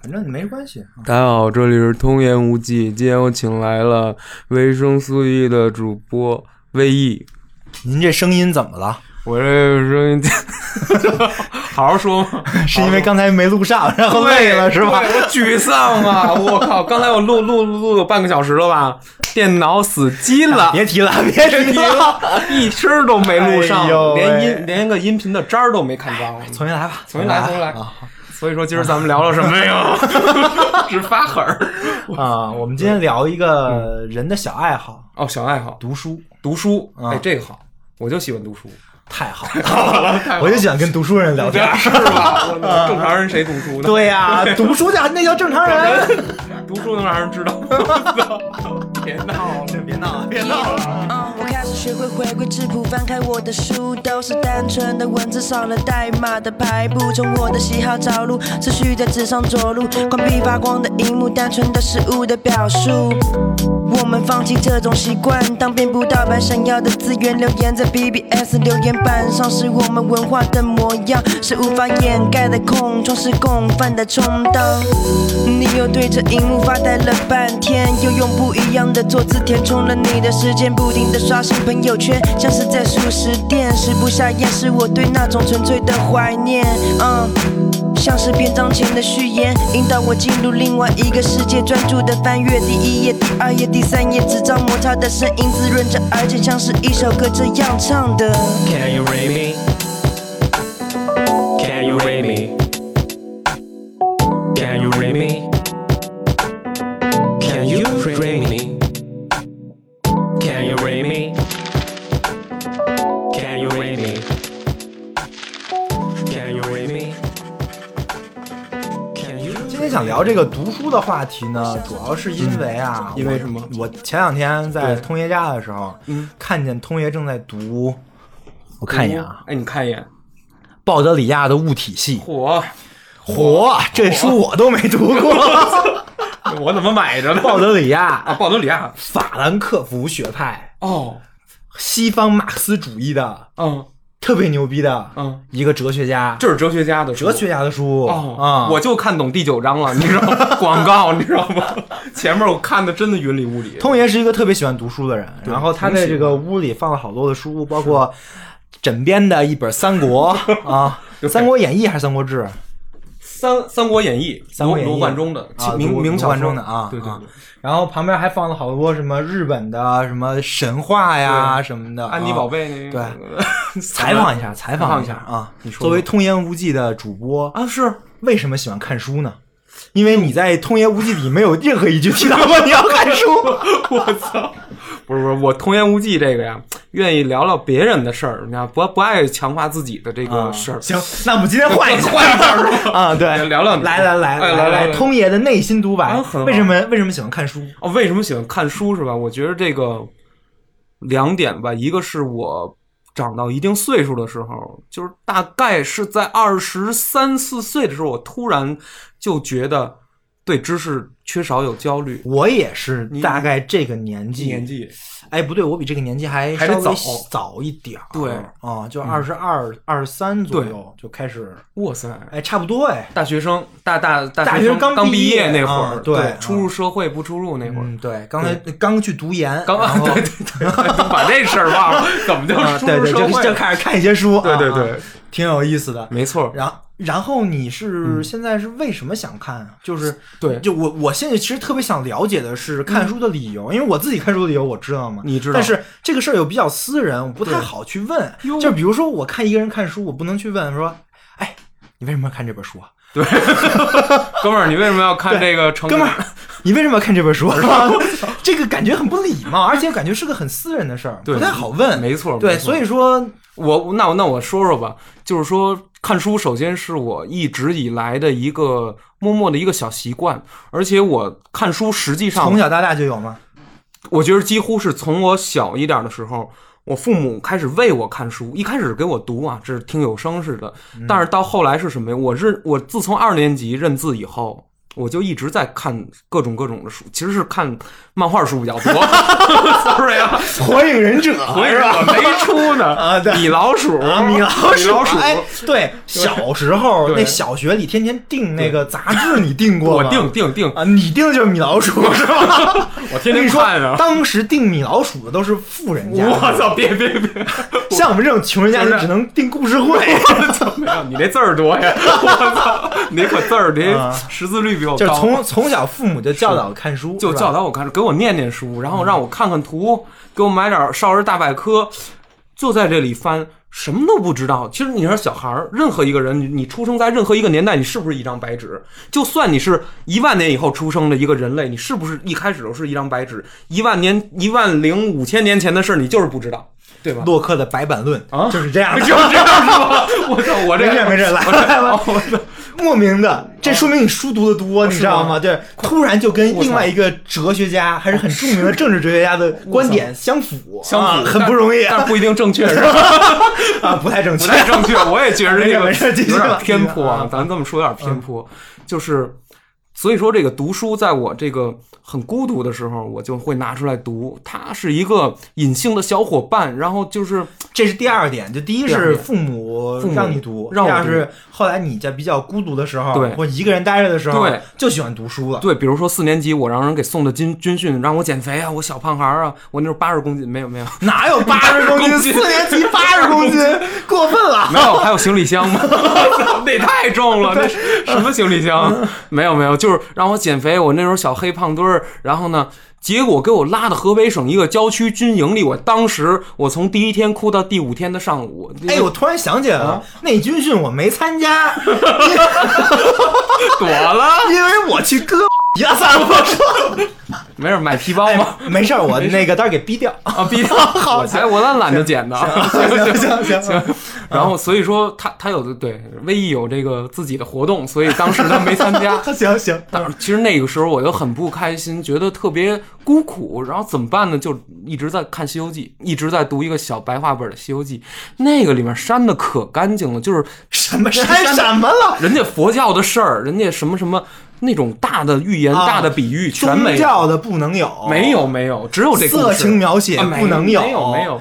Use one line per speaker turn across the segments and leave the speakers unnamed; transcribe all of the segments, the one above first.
反正没关系。
大家好，这里是通言无忌，今天我请来了维生素 E 的主播魏毅。
您这声音怎么了？
我这声音好好说嘛，
是因为刚才没录上，然后累了是吧？
我沮丧啊！我靠，刚才我录有半个小时了吧？电脑死机了，
别提了，
一声都没录上，连个音频的渣儿都没看着。
重新来吧，
重新来。所以说今儿咱们聊了什么呀？是发狠儿
啊！我们今天聊一个人的小爱好
哦，小爱好，
读书。
哎，这个好，我就喜欢读书。
太好了，我就喜欢跟读书人聊天，
是吧？正常人谁读书呢？
对呀，读书那叫正常人。
读书能让人知道。别闹了。
我开始学会回归质朴，翻开我的书，都是单纯的文字，少了代码的排布。从我的喜好找路，持续在纸上着陆，关闭发光的荧幕，单纯的事物的表述。我们放弃这种习惯，当遍布盗版闪耀的资源留言在 BBS 留言板上，是我们文化的模样，是无法掩盖的空窗，是共犯的充当。你又对着荧幕发呆了半天，又用不一样的坐姿填充了你的时间，不停地刷新朋友圈，像是在数十点，食不下咽，是我对那种纯粹的怀念。像是篇章前的序言，引导我进入另外一个世界，专注的翻阅第一页、第二页、第三页，纸张摩擦的声音滋润着，而且像是一首歌这样唱的。
Can you read me? Can you read me? Can you read me? Can you read me? Can you read me? Can you read me? Can you read me?
今天想聊这个读书的话题呢，主要是因为
因为什么？
我前两天在通爷家的时候，看见通爷正在读，我看一眼啊，
哎，你看一眼，
鲍德里亚的物体系。
火，
这书我都没读过。
我怎么买着呢？
鲍德里亚，
法
兰克福学派
哦，
西方马克思主义的，特别牛逼的，一个哲学家，
这是哲学家的书我就看懂第9章了，你知道吗？广告你知道吗？前面我看的真的云里雾里。
通爷是一个特别喜欢读书的人，然后他在这个屋里放了好多的书，包括枕边的一本《三国》啊，《三国演义》还是《三国志》？
三国演义，卢贯中的，明小说
的啊，
对。
然后旁边还放了好多什么日本的什么神话呀什么的，
安妮宝贝那个，
对，采访一下啊！
你说，
作为通言无忌的主播
啊，是
为什么喜欢看书呢？因为你在通言无忌里没有任何一句提到过你要看书。
我操！不是，我通言无忌这个呀，愿意聊聊别人的事儿，你看不爱强化自己的这个事儿。
行，那我们今天换一下是吧？啊，对，
聊聊
来，通爷的内心独白，为什么喜欢看书？
为什么喜欢看书是吧？我觉得这个2点吧，一个是我长到一定岁数的时候，就是大概是在23、24岁的时候，我突然就觉得对知识缺少有焦虑。我
也是大概这个年纪，哎，不对，我比这个年纪还稍微早一点。
对
啊，就22、23左右就开始。
哇塞，
哎，差不多哎，
大学生，大
学生
刚毕业那会儿，
对，
初入社会不出入那会儿，
对，刚去读研，
对，把这事儿忘了，怎么就初入社会
就开始看一些书，
对，
挺有意思的，
没错。
然后你是现在是为什么想看？就是
对，
就我现在其实特别想了解的是看书的理由，因为我自己看书的理由我知道嘛，
你知道，
但是这个事儿又比较私人，我不太好去问。就比如说我看一个人看书，我不能去问说，哎，你为什么要看这本书啊？
对，哥们儿，你为什么要看这个？
哥们儿，你为什么要看这本书？这个感觉很不礼貌，而且感觉是个很私人的事儿，不太好问。
没错，
对，所以说
那我说说吧，就是说看书首先是我一直以来的一个默默的一个小习惯，而且我看书实际上
从小到大就有吗？
我觉得几乎是从我小一点的时候，我父母开始喂我看书，一开始给我读啊，这是听有声似的，但是到后来是什么呀？我自从2年级认字以后， 我就一直在看各种的书，其实是看漫画书比较多。Sorry 啊，
火影忍者
没出呢
啊，对，
米老鼠，
米老
鼠，
哎，对，小时候那小学里天天订那个杂志，你订过吗？
我订
啊，你订的就是米老鼠是吧？
我天天看啊。
当时订米老鼠的都是富人家，
我操，别，
像我们这种穷人家就只能订故事会。
没有，你那字儿多呀！我操，你可字儿，你识字率比我高。
就从小父母就教导我看书，
就教导我看书，给我念书，然后让我看图，给我买点少儿大百科，就在这里翻，什么都不知道。其实你说小孩儿，任何一个人，你出生在任何一个年代，你是不是一张白纸？就算你是10000年以后出生的一个人类，你是不是一开始都是一张白纸？10500年前的事你就是不知道。对吧？
洛克的白板论
啊，
就是这样的，
就是这样是吧？我操，我这
没事，来，莫名的，这说明你书读的多，你知道吗？对，突然就跟另外一个哲学家，还是很著名的政治哲学家的观点相符，很不容易，
但不一定正确，是吧？
啊，不太正确，
我也觉得这个有点偏颇
啊，
咱这么说有点偏颇，就是。所以说这个读书在我这个很孤独的时候我就会拿出来读，它是一个隐性的小伙伴，然后就是
这是第二点，就第一是父母让你读，第二是后来你在比较孤独的时候，
对，
或一个人待着的时候，
对，
就喜欢读书了。
对，比如说4年级我让人给送的军训，让我减肥啊，我小胖孩啊，我那时候80公斤，没有，
哪有80公斤？4年级80公斤，过分了。
没有，还有行李箱吗？那太重了，那什么行李箱？没有，就是让我减肥。我那时候小黑胖墩儿，然后呢，结果给我拉到河北省一个郊区军营里。当时我从第1天哭到第5天的上午。
哎，我突然想起来了，那军训我没参加，
躲了，
因为我去割。算了，不说。
没事，买皮包吗？
没事，我那个待会儿给逼掉
啊，逼掉。好，我倒懒得剪呢。行。然后所以说他有的对威毅有这个自己的活动，所以当时他没参加。
行。
但是其实那个时候我就很不开心，觉得特别孤苦，然后怎么办呢？就一直在看《西游记》，一直在读一个小白话本的《西游记》，那个里面删的可干净了，就是
什么删什么了？
人家佛教的事儿，人家什么。那种大的寓言、大的比喻全没有，
宗教的不能有，
没有，只有这
色情描写不能有，
没有。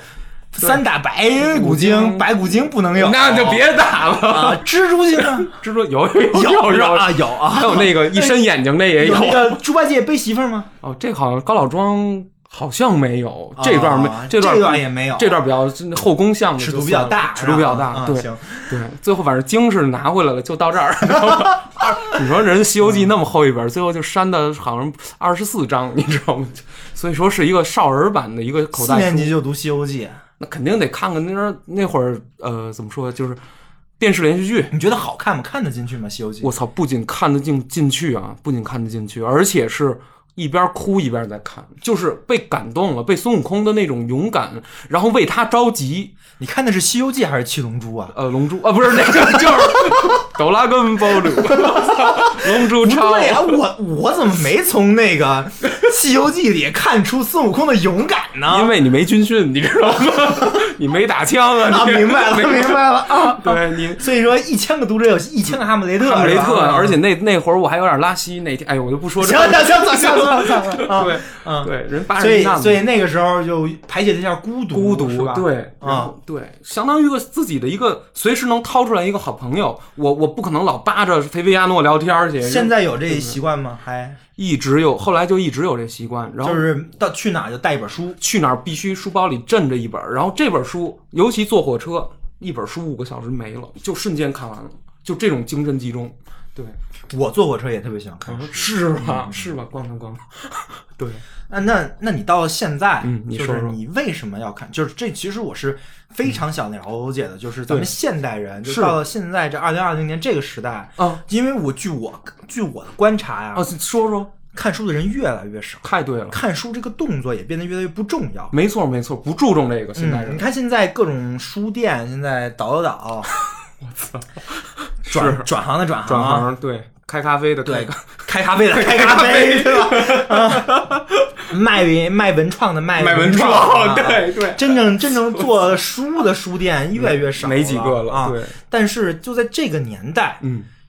3打白骨精，白骨精不能有，
那就别打了。
啊，蜘蛛精呢？
蜘蛛有
啊，有啊，
还有那个一伸眼睛的也有。
那个猪八戒背媳妇吗？
哦，这好像高老庄。好像没有，这段没，
这段也没有，
这段比较后宫向的，
尺度比较大，
对，对，最后反正经是拿回来了，就到这儿。你说人《西游记》那么厚一本，最后就删的好像24章，你知道吗？所以说是一个少儿版的一个口袋书。4
年级就读《西游记》，
那肯定得看看那会儿怎么说，就是电视连续剧。
你觉得好看吗？看得进去吗？《西游记》？
我操，不仅看得进去啊，而且是。一边哭一边在看，就是被感动了，被孙悟空的那种勇敢，然后为他着急。
你看的是《西游记》还是《七龙珠》啊？
龙珠啊，不是那个，就是哆啦 A 梦龙珠超。
对啊，我怎么没从那个《西游记》里看出孙悟空的勇敢呢？
因为你没军训，你知道吗？你没打枪啊！
明白了啊！
对你，
所以说1000个读者有1000个哈姆雷特，
而且那会儿我还有点拉稀。那天，哎呦，我就不说这
个。行。
对，对，人80
所以那个时候就排解了一下孤独，
对对，相当于自己的一个随时能掏出来一个好朋友。我不可能老扒着菲菲亚诺聊天去。
现在有这习惯吗？还
一直有，后来就一直有这习惯。然后
就是去哪儿就带一本书，
去哪儿必须书包里镇着一本。然后这本书，尤其坐火车，一本书5个小时没了，就瞬间看完了，就这种精神集中。对，
我坐火车也特别喜欢看，
是吧？咣当。对，
那你到现在，
你说说
你为什么要看？就是这其实我是非常想了解的，就是咱们现代人，就到了现在这2020年这个时代
啊，
因为据我的观察呀，
说说。
看书的人越来越少，
太对了。
看书这个动作也变得越来越不重要。
没错，不注重这个。现在人，
你看现在各种书店，现在倒，我
操，
转行的转行，
对，开咖啡的
开咖啡的开咖啡，对吧？卖文创的卖文创，
对，
真正做书的书店越来越少，
没几个了。
啊！
对，
但是就在这个年代，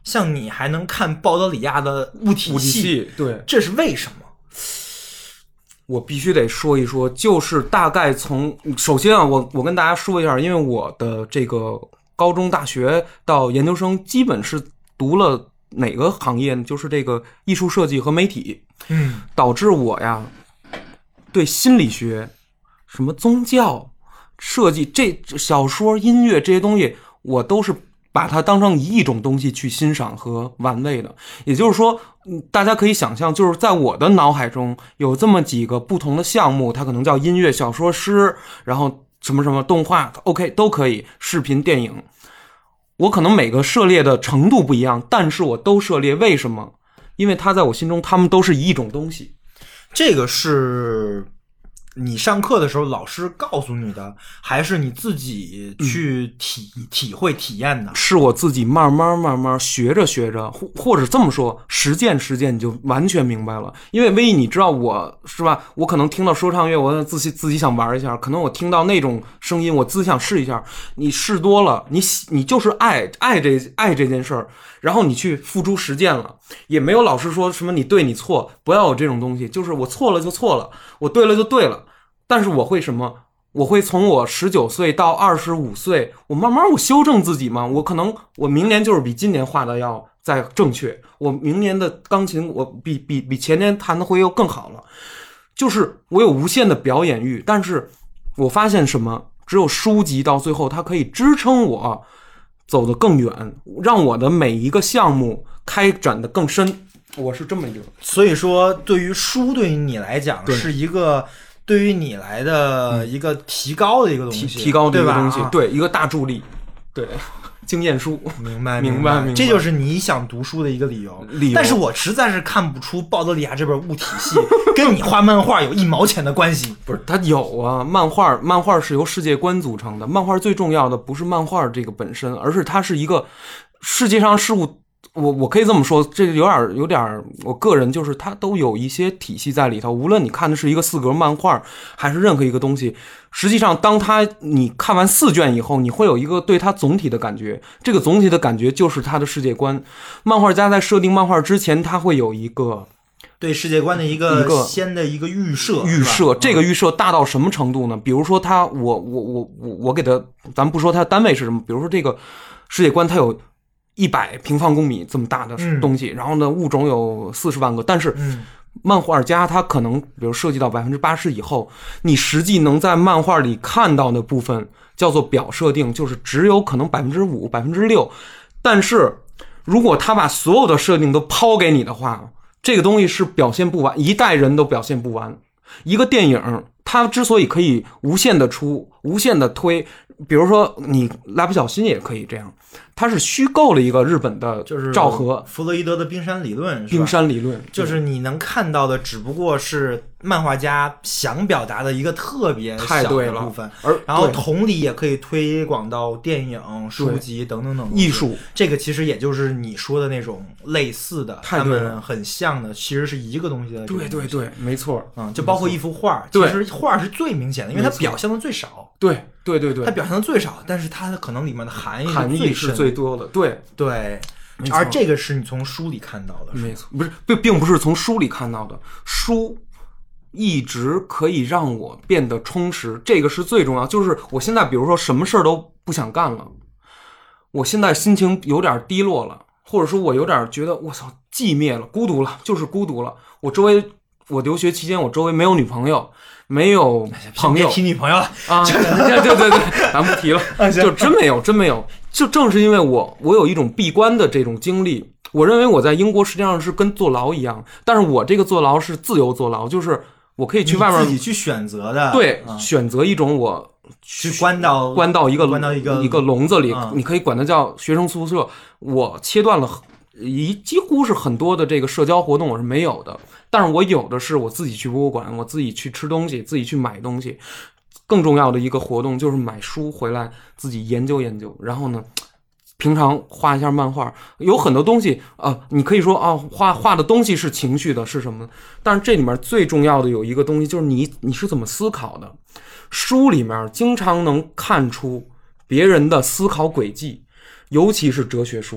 像你还能看鲍德里亚的物体系，
对，
这是为什么？
我必须得说一说，就是大概首先啊，我跟大家说一下，因为我的这个高中、大学到研究生基本是读了哪个行业呢？就是这个艺术设计和媒体，导致我呀对心理学、什么宗教、设计、这小说、音乐这些东西，我都是把它当成一种东西去欣赏和玩味的。也就是说，大家可以想象，就是在我的脑海中有这么几个不同的项目，它可能叫音乐、小说、诗，然后什么什么动画 OK 都可以，视频、电影，我可能每个涉猎的程度不一样，但是我都涉猎。为什么？因为它在我心中他们都是一种东西。
这个是你上课的时候老师告诉你的，还是你自己去体会体验的？
是我自己慢慢学着学着，或者这么说，实践你就完全明白了。因为唯一你知道我是吧？我可能听到说唱乐，我自己想玩一下；可能我听到那种声音，我自己想试一下。你试多了，你就是爱这件事儿，然后你去付诸实践了，也没有老师说什么你对你错，不要有这种东西。就是我错了就错了，我对了就对了。但是我会什么？我会从我19岁到25岁，我慢慢我修正自己嘛。我明年就是比今年画的要再正确，我明年的钢琴我比前年弹的会又更好了。就是我有无限的表演欲，但是我发现什么？只有书籍到最后它可以支撑我走得更远，让我的每一个项目开展得更深。我是这么一个。
所以说，对于书对于你来讲是一个。对于你来的一个提高的一个东西，
提高的一个东西，对，一个大助力，对，经验书，
明白，
这
就是你想读书的一个理由。但是我实在是看不出鲍德里亚这本物体系跟你画漫画有1毛钱的关系。
不是，它有啊，漫画是由世界观组成的，漫画最重要的不是漫画这个本身，而是它是一个世界上事物。我可以这么说，这个有点，我个人就是它都有一些体系在里头。无论你看的是一个4格漫画，还是任何一个东西，实际上当你看完4卷以后，你会有一个对它总体的感觉。这个总体的感觉就是它的世界观。漫画家在设定漫画之前，他会有一个
对世界观的一个先的一个预设。
这个预设大到什么程度呢？比如说我给他，咱不说它单位是什么，比如说这个世界观它有100平方公米这么大的东西，然后呢，物种有40万个，但是漫画家他可能比如涉及到80%以后，你实际能在漫画里看到的部分叫做表设定，就是只有可能5%、6%，但是如果他把所有的设定都抛给你的话，这个东西是表现不完，一代人都表现不完。一个电影它之所以可以无限的出、无限的推，比如说你蜡笔小新也可以这样，它是虚构了一个日本的昭和，
弗洛伊德的冰山理论，
冰山理论
就是你能看到的只不过是漫画家想表达的一个特别小的部分，然后同理也可以推广到电影、书籍等等等
艺术。
这个其实也就是你说的那种类似的，他们很像的，其实是一个东西的。
对，没错。
就包括一幅画，其实画是最明显的，因为它表现的最少。
对，
它表现的最少，但是它可能里面的含
义是最多的。
对。而这个是你从书里看到的，
没错，不是，并不是从书里看到的。书一直可以让我变得充实，这个是最重要。就是我现在比如说什么事儿都不想干了，我现在心情有点低落了，或者说我有点觉得我操寂灭了，孤独了，就是孤独了。我留学期间我周围没有女朋友，没有朋友，
别提女朋友了
啊！对，咱不提了，就真没有。就正是因为我有一种闭关的这种经历，我认为我在英国实际上是跟坐牢一样，但是我这个坐牢是自由坐牢，就是我可以去外面
自己去选择的，
对，选择一种我
去关到一个
笼子里，你可以管它叫学生宿舍。我切断了几乎是很多的这个社交活动我是没有的，但是我有的是我自己去博物馆，我自己去吃东西，自己去买东西。更重要的一个活动就是买书回来自己研究，然后呢平常画一下漫画。有很多东西你可以说画的东西是情绪的，是什么？但是这里面最重要的有一个东西，就是你是怎么思考的。书里面经常能看出别人的思考轨迹，尤其是哲学书，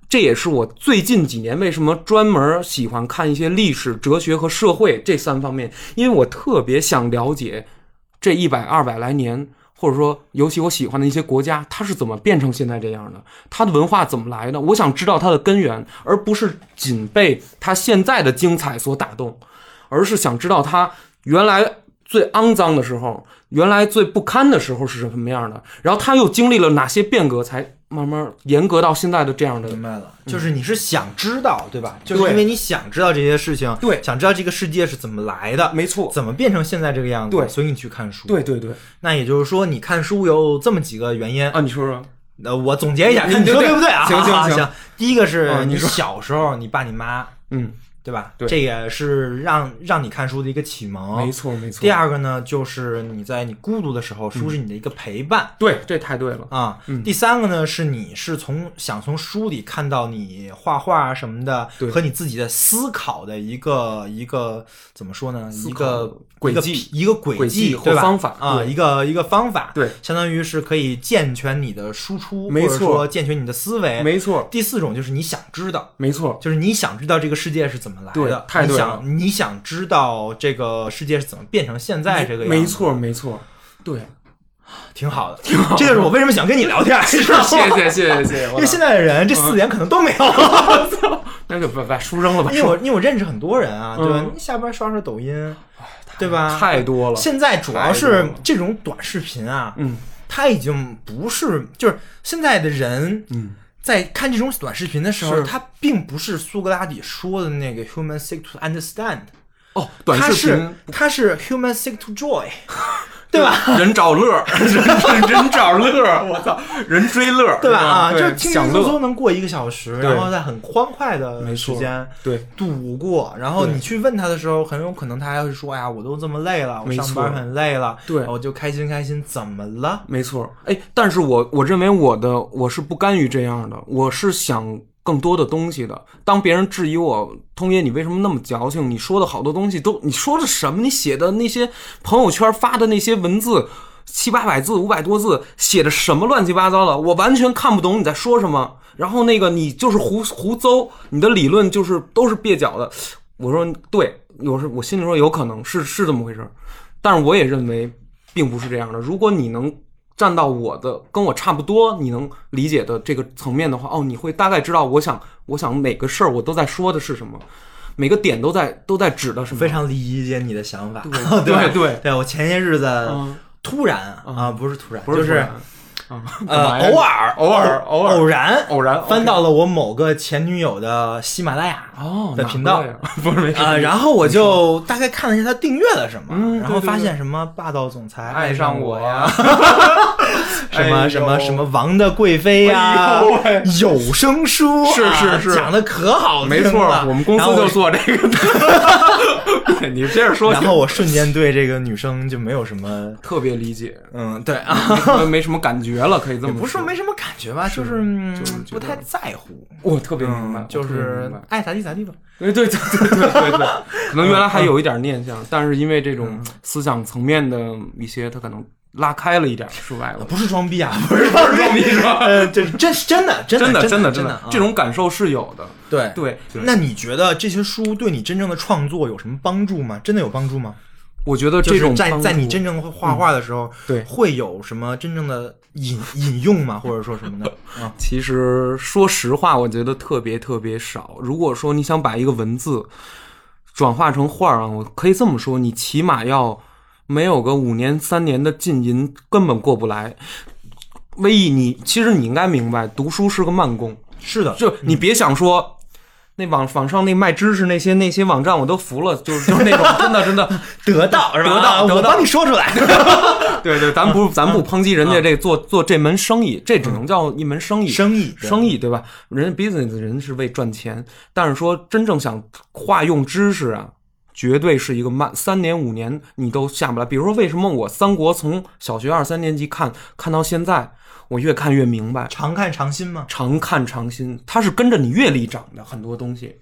这也是我最近几年为什么专门喜欢看一些历史、哲学和社会这3方面，因为我特别想了解这100、200来年，或者说尤其我喜欢的一些国家，它是怎么变成现在这样的，它的文化怎么来的，我想知道它的根源，而不是仅被它现在的精彩所打动，而是想知道它原来最肮脏的时候，原来最不堪的时候是什么样的，然后它又经历了哪些变革，才慢慢严格到现在的这样的。
明白了，就是你是想知道，对吧？就是因为你想知道这些事情，
对，
想知道这个世界是怎么来的，
没错，
怎么变成现在这个样子，
对，
所以你去看书。
对对对，
那也就是说，你看书有这么几个原因
啊，你说说。
我总结一下，看你说对不对啊？
行。
第一个是你小时候，你爸你妈，对吧？
对，
这也是让你看书的一个启蒙。
没错没错。
第二个呢，就是你在你孤独的时候，书是你的一个陪伴。
对，这太对了
啊。第三个呢，是你是想从书里看到你画画什么的，和你自己的思考的一个怎么说呢？一个轨迹
或方法
啊，一个方法。
对，
相当于是可以健全你的输出，
没错，
或者说健全你的思维。
没错。
第四种就是你想知道，
没错，
就是你想知道这个世界是怎么来的，
太对了。
你想知道这个世界是怎么变成现在这个样子。
没错没错，对。
挺好的，挺好。这就是我为什么想跟你聊天。谢
谢。
因为现在的人这4点可能都没有。
那就把书扔了吧。
因为我认识很多人啊，对吧？你下班刷抖音，对吧？
太多了。
现在主要是这种短视频啊，它已经不是，就是现在的人，在看这种短视频的时候，它并不是苏格拉底说的那个 human seek to understand。
哦，短视频
它是 human seek to joy。对吧？
人找乐，人找乐，我操，人追乐，
对吧？啊，就
轻
轻松松能过1个小时，然后在很欢快的时间度过。然后你去问他的时候，很有可能他还会说：“哎呀，我都这么累了，我上班很累了，
对，
我就开心，怎么了？”
没错，哎，但是我认为我是不甘于这样的，我是想更多的东西的。当别人质疑我，通爷你为什么那么矫情？你说的好多东西你说的什么？你写的那些朋友圈发的那些文字，700-800字，500多字，写的什么乱七八糟的？我完全看不懂你在说什么。然后那个你就是胡诌，你的理论就是都是蹩脚的。我说对，有时我心里说有可能是这么回事，但是我也认为并不是这样的。如果你能站到跟我差不多，你能理解的这个层面的话，你会大概知道我想每个事儿我都在说的是什么，每个点都在指的什么。
非常理解你的想法。
对，
我前些日子突然不是突然，就是偶然翻到了我某个前女友的喜马拉雅的频道，
不是
然后我就大概看了一下他订阅了什么，然后发现什么霸道总裁
爱上我呀，
什么王的贵妃呀，有声书
是
讲的可好听了，
没错，我们公司就做这个的。你接着说。
然后我瞬间对这个女生就没有什么
特别理解，
对啊，
没什么感觉了，可以这么说。
不是没什么感觉吧，就是不太在乎。
我特别明白，
就是爱咋地咋地吧。
对，可能原来还有一点念想，但是因为这种思想层面的一些，他可能拉开了一点，说白了，
不是装逼啊，
不是装逼是吧？
这真的，
这种感受是有的。对，
那你觉得这些书对你真正的创作有什么帮助吗？真的有帮助吗？
我觉得这种
在你真正画画的时候，
对，
会有什么真正的引用吗？或者说什么的？
其实说实话，我觉得特别特别少。如果说你想把一个文字转化成画啊，我可以这么说，你起码要没有个5年3年的浸淫，根本过不来。唯一其实你应该明白，读书是个慢工。
是的，
就你别想说。那网上那卖知识那些网站我都服了，就是那种真的
得到是吧？我帮你说出来。
对，咱不抨击人家这做这门生意，这只能叫一门生意，生意对吧？人家 business 人是为赚钱，但是说真正想化用知识啊，绝对是一个慢，3年5年你都下不来。比如说为什么我三国从小学2、3年级看到现在，我越看越明白。
常看常新吗？
常看常新，它是跟着你阅历长的很多东西。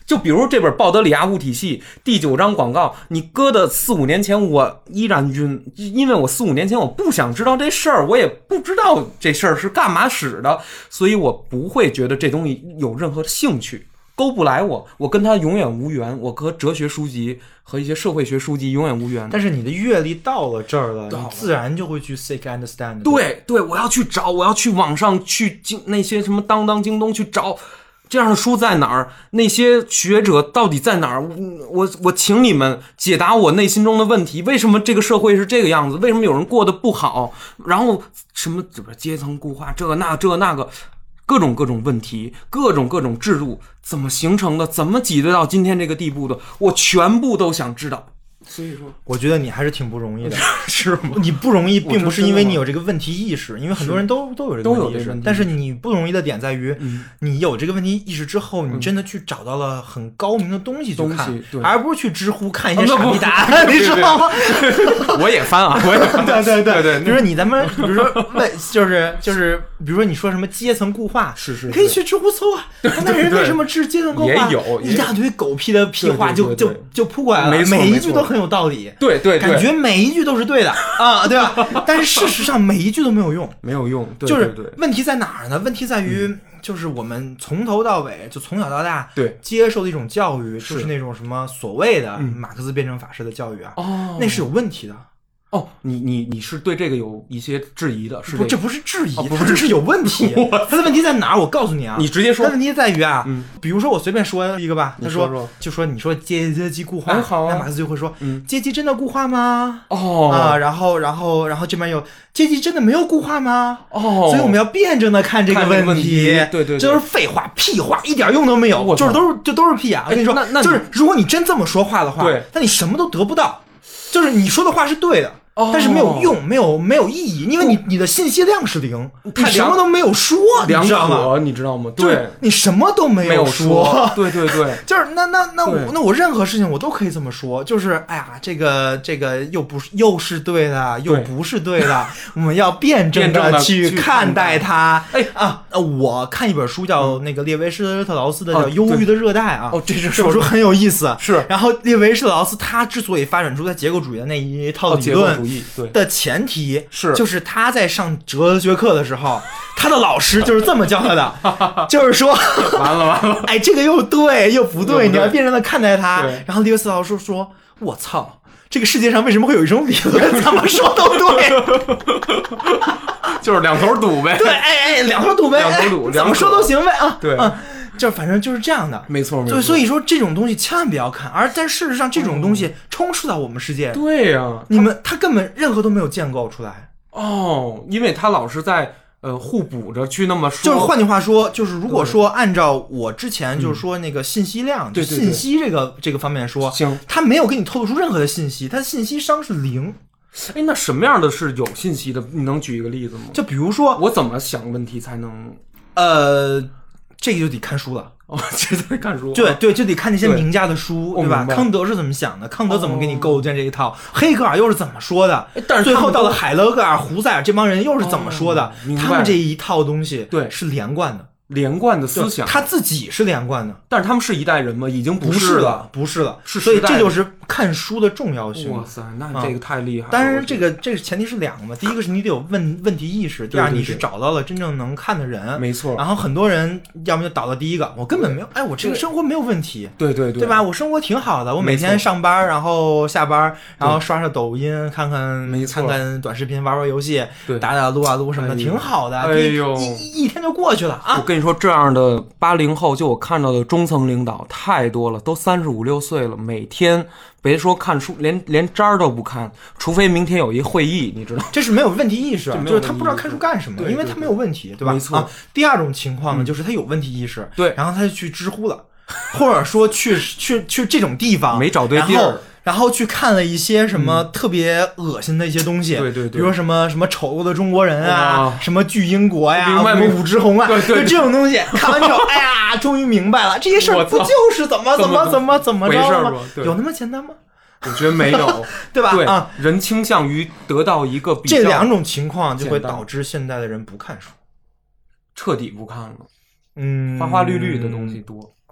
就比如这本鲍德里亚物体系第9章广告，你搁的4、5年前，我依然因为我4、5年前我不想知道这事儿，我也不知道这事儿是干嘛使的，所以我不会觉得这东西有任何兴趣，勾不来我跟它永远无缘，我和哲学书籍和一些社会学书籍永远无缘。
但是你的阅历到了这儿了，你自然就会去 seek understand。
对，我要去找，我要去网上去那些什么当当、京东去找。这样的书在哪儿？那些学者到底在哪儿？我请你们解答我内心中的问题。为什么这个社会是这个样子？为什么有人过得不好？然后什么阶层固化，这个那个，各种问题，各种制度怎么形成的？怎么挤兑到今天这个地步的？我全部都想知道。所以说，
我觉得你还是挺不容易的，
是吗？
你不容易，并不是因为你有这个问题意识，因为很多人都有这个问题意识，但是你不容易的点在于，你有这个问题意识之后，你真的去找到了很高明的东西去看，而不是去知乎看一些傻逼答案，你知道吗？
我也翻啊，我也翻，对。
比如说咱们，比如说就是比如说你说什么阶层固化，
是
你可以去知乎搜啊，那人为什么治阶层固化？
也有
一大堆狗屁的屁话就扑过来了，每一句都很有道理，
对，
感觉每一句都是对的啊，对吧？但是事实上每一句都没有用，
对，
就是问题在哪儿呢？问题在于就是我们从头到尾就从小到大接受的一种教育，就是那种什么所谓的马克思辩证法式的教育啊，那是有问题的。
哦，你是对这个有一些质疑的，是
这不是质疑，这是有问题。他的问题在哪儿？我告诉你啊，
你直接说。
他的问题在于啊，比如说我随便说一个吧，他说你说阶级固化，那马克思就会说，阶级真的固化吗？然后这边有阶级真的没有固化吗？所以我们要辩证的看这个问题。
对，
这都是废话屁话，一点用都没有，就是都是屁啊！我跟你说，就是如果你真这么说话的话，那你什么都得不到。就是你说的话是对的，但是没有用，没有意义，因为你的信息量是0，你什么都没有说，
你知道吗？对，
你什么都没有说，
对，
就是那我任何事情我都可以这么说，就是哎呀，这个又是对的，又不是对的，我们要辩证的去看待它。我看一本书叫那个列维施特劳斯的叫《忧郁的热带》啊，
这
本书很有意思，
是。
然后列维施特劳斯他之所以发展出在结构主义的那一套理论的前提就是他在上哲学课的时候，他的老师就是这么教他的，就是说
完了，
哎，这个又对又不对，你要辩证的看待它。然后列维斯老师说：“我操，这个世界上为什么会有一种理论，怎么说都对？”
就是两头堵呗。
对，两头堵呗，怎么说都行呗啊。
对。
就反正就是这样的，
没错。
所以说这种东西千万不要看，但事实上这种东西充斥到我们世界。
对呀，
他根本任何都没有建构出来。
因为他老是在互补着去那么说。
就是换句话说，就是如果说按照我之前就是说那个信息量，
对
信息这个方面说，
行，
他没有给你透露出任何的信息，他的信息商是0。
那什么样的是有信息的？你能举一个例子吗？
就比如说，
我怎么想问题才能
这个就得看书了。
这得看书。
对，就得看那些名家的书，对吧？康德是怎么想的？康德怎么给你构建这一套？黑格尔又是怎么说的？
但是
最后到了海勒格尔、胡塞尔这帮人又是怎么说的？他们这一套东西是连贯的
思想，
他自己是连贯的，
但是他们是一代人吗？已经
不是了，所以这就是看书的重要性。
哇塞，那这个太厉害了。
当然，这个前提是两个嘛，第一个是你得有问题意识，第二你是找到了真正能看的人，
没错。
然后很多人要么就倒到第一个，我根本没有，我这个生活没有问题，
对
吧？我生活挺好的，我每天上班，然后下班，然后刷刷抖音，看看短视频，玩游戏，打撸啊撸什么的，挺好的。
哎呦，
一天就过去了啊！
我跟你说，这样的80后，就我看到的中层领导太多了，都35、6岁了，每天别说看书，连渣儿都不看，除非明天有一会议，你知道，
这是没有问题意识，就是他不知道看书干什么，因为他没有问题，对吧？
没错。
第二种情况呢，就是他有问题意识，
对，
然后他就去知乎了，或者说去这种地方
没找对地儿。
然后去看了一些什么特别恶心的一些东西，
对，
比如说什么丑陋的中国人啊，什么巨婴国呀，武志红啊，就这种东西，看完之后，哎呀，终于明白了，这些事儿不就是怎么着吗？有那么简单吗？
我觉得没有，
对吧？
对，人倾向于得到一个比较，
这两种情况就会导致现在的人不看书，
彻底不看了。花花绿绿的东西多。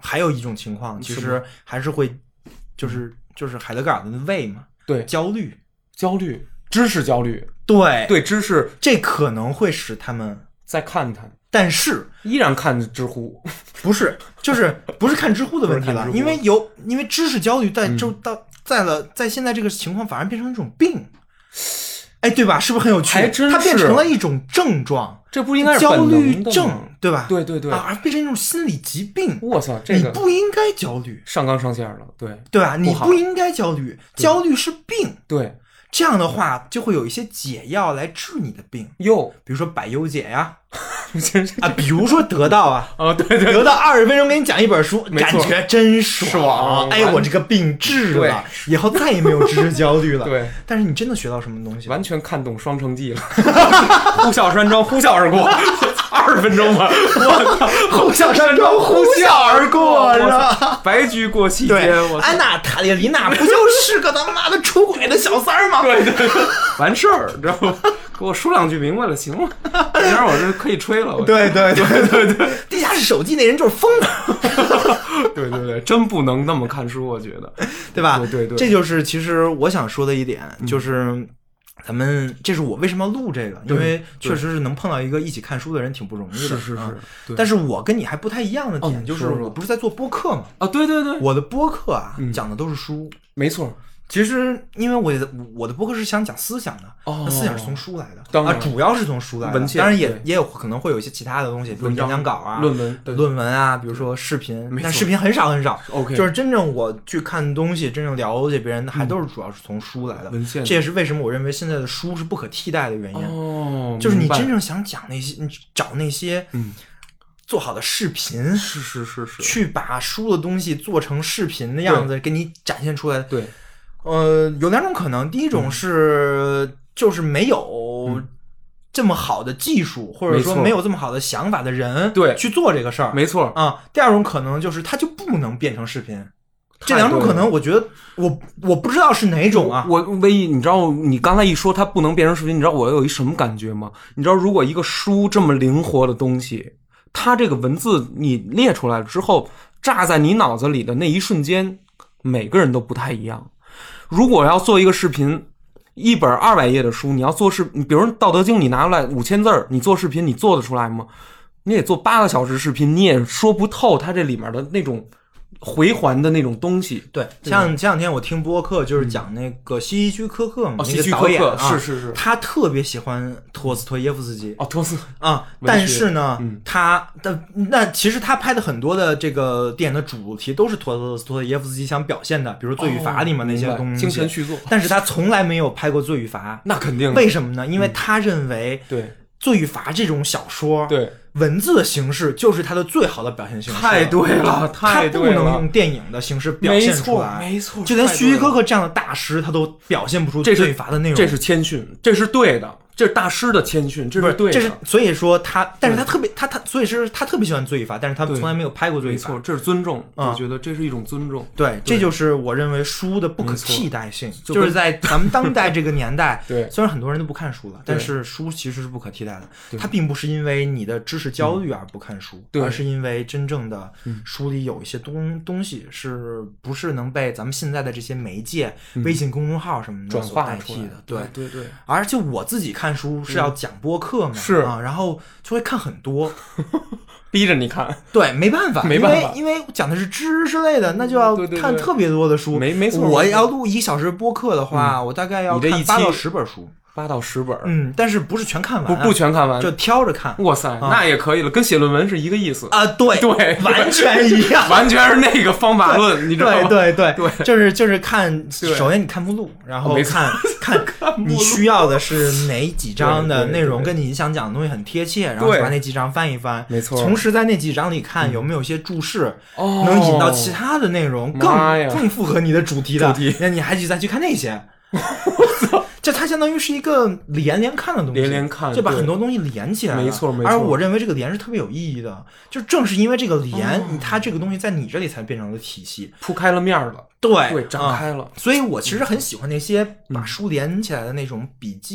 还有一种情况，其实还是会，就是海德格尔的胃嘛，
对，
焦虑，
知识焦虑，
对，
知识，
这可能会使他们
再看，
但是
依然看知乎，
不是看知乎的问题了，因为知识焦虑在现在这个情况反而变成一种病。哎，对吧？是不是很有趣？
还真是，
它变成了一种症状，
这不应该是
焦虑症，对吧？
对
而变成一种心理疾病。
我操，这个
你不应该焦虑，
上纲上线了，
对吧？你不应该焦虑，焦虑是病。
对，
这样的话就会有一些解药来治你的病，比如说百忧解呀，比如说得到啊，
对，
得到20分钟给你讲一本书，感觉真爽。哎，我这个病治了，以后再也没有知识焦虑了。
对，
但是你真的学到什么东西？
完全看懂《双城记》了，呼啸山庄，呼啸而过，20分钟吧，我操，
呼啸山庄，呼啸而过，是吧？
白驹过隙间，
安娜塔列琳娜不就是个他妈的出轨的小三儿吗？
对，完事儿，知道吗？给我说2句明白了，行了，这样我就可以吹了。
对，地下室手机那人就是疯子。
对，真不能那么看书，我觉得，
对吧？
对，
这就是其实我想说的一点，就是咱们这是我为什么要录这个，因为确实是能碰到一个一起看书的人挺不容易的。
是，
但是我跟你还不太一样的点，就是我不是在做播客嘛？
啊，对，
我的播客啊讲的都是书，
没错。
其实，因为我的播客是想讲思想的，那思想是从书来的，
当然
主要是从书来的，当然也有可能会有一些其他的东西，比如演讲稿啊、论文啊，比如说视频，但视频很少。
OK，
就是真正我去看东西，真正了解别人，还都是主要是从书来的。
文献，
这也是为什么我认为现在的书是不可替代的原
因。
就是你真正想讲那些，你找那些做好的视频，
是，
去把书的东西做成视频的样子给你展现出来。
对。
有2种可能，第一种是就是没有这么好的技术，或者说没有这么好的想法的人去做这个事儿，
没错
啊。第2种可能就是它就不能变成视频。这2种可能，我觉得我不知道是哪种啊。
我唯一，你知道，你刚才一说它不能变成视频，你知道我有一什么感觉吗？你知道，如果一个书这么灵活的东西，它这个文字你列出来了之后，炸在你脑子里的那一瞬间，每个人都不太一样。如果要做一个视频，一本200页的书，你要做比如《道德经》，你拿出来5000字，你做视频，你做得出来吗？你得做8个小时视频，你也说不透它这里面的那种回环的那种东西。
对，前两天我听播客，就是讲那个希区柯克嘛，
那个导演是，
他特别喜欢陀思妥耶夫斯基。
托斯
啊，但是呢，那其实他拍的很多的这个电影的主题都是陀思妥耶夫斯基想表现的，比如《罪与罚》里面那些东西，
精神续作。
但是他从来没有拍过《罪与罚》，
那肯定。
为什么呢？因为他认为，
对《
罪与罚》这种小说，
对。
文字的形式就是它的最好的表现形式。
太对了，
它不能用电影的形式表现出来。
没错，
就连希区柯克这样的大师，他都表现不出罪与罚的内容。
这是谦逊，这是对的，这是大师的谦逊，这是对的。
这是所以说但是他特别所以是他特别喜欢罪与罚，但是他从来没有拍过罪与罚。
没错，这是尊重。我觉得这是一种尊重。
对，这就是我认为书的不可替代性，就是在咱们当代这个年代，
对，
虽然很多人都不看书了，但是书其实是不可替代的。它并不是因为你的知识焦虑而不看书，而是因为真正的书里有一些东西是不是能被咱们现在的这些媒介、微信公众号什么的
转化
代替的？
对。
而且我自己看书是要讲播客嘛，
是
啊，然后就会看很多。
逼着你看，
对，没办法，因为讲的是知识类的，那就要看特别多的书。
没错，
我要录1个小时播客的话，我大概要看8到10本书。
8到10本，
但是不是全看完，
不全看完，
就挑着看。
哇塞，那也可以了，跟写论文是一个意思
啊！对，完全一样，
完全是那个方法论，你知道吗？
对，就是看，首先你看目录，然后看你需要的是哪几章的内容跟你想讲的东西很贴切，然后把那几章翻一翻，
没错。
同时在那几章里看有没有一些注释，能引到其他的内容更符合你的主题的，那你还再去看那些。这它相当于是一个连看的东西，
连看，
就把很多东西连起来了。
没错。
而我认为这个连是特别有意义的，就正是因为这个连，它这个东西在你这里才变成了体系，
铺开了面了。
对，
展开了。
所以我其实很喜欢那些把书连起来的那种笔记。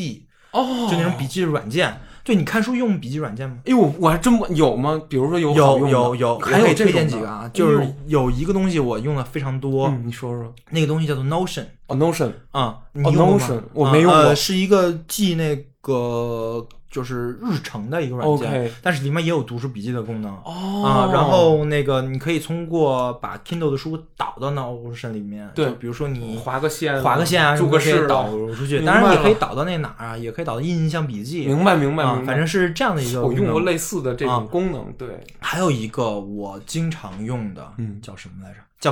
就那种笔记软件。对，你看书用笔记软件吗？
哎呦，我还真有吗？比如说有还
可以
有
推荐几个啊，就是有一个东西我用的非常多，
你说说。
那个东西叫做 Notion。
Notion
啊，你用过吗
？Notion 我没用过，
是一个记那个就是日程的一个软件，但是里面也有读书笔记的功能然后那个你可以通过把 Kindle 的书导到 Notion 里面，
对，
就比如说你
划个线
啊，
注个释
导出去，当然也可以导到那哪儿啊，也可以导到印象笔记。
明白，
反正是这样的一个功能。
我用过类似的这种功能，对。
还有一个我经常用的，叫什么来着？叫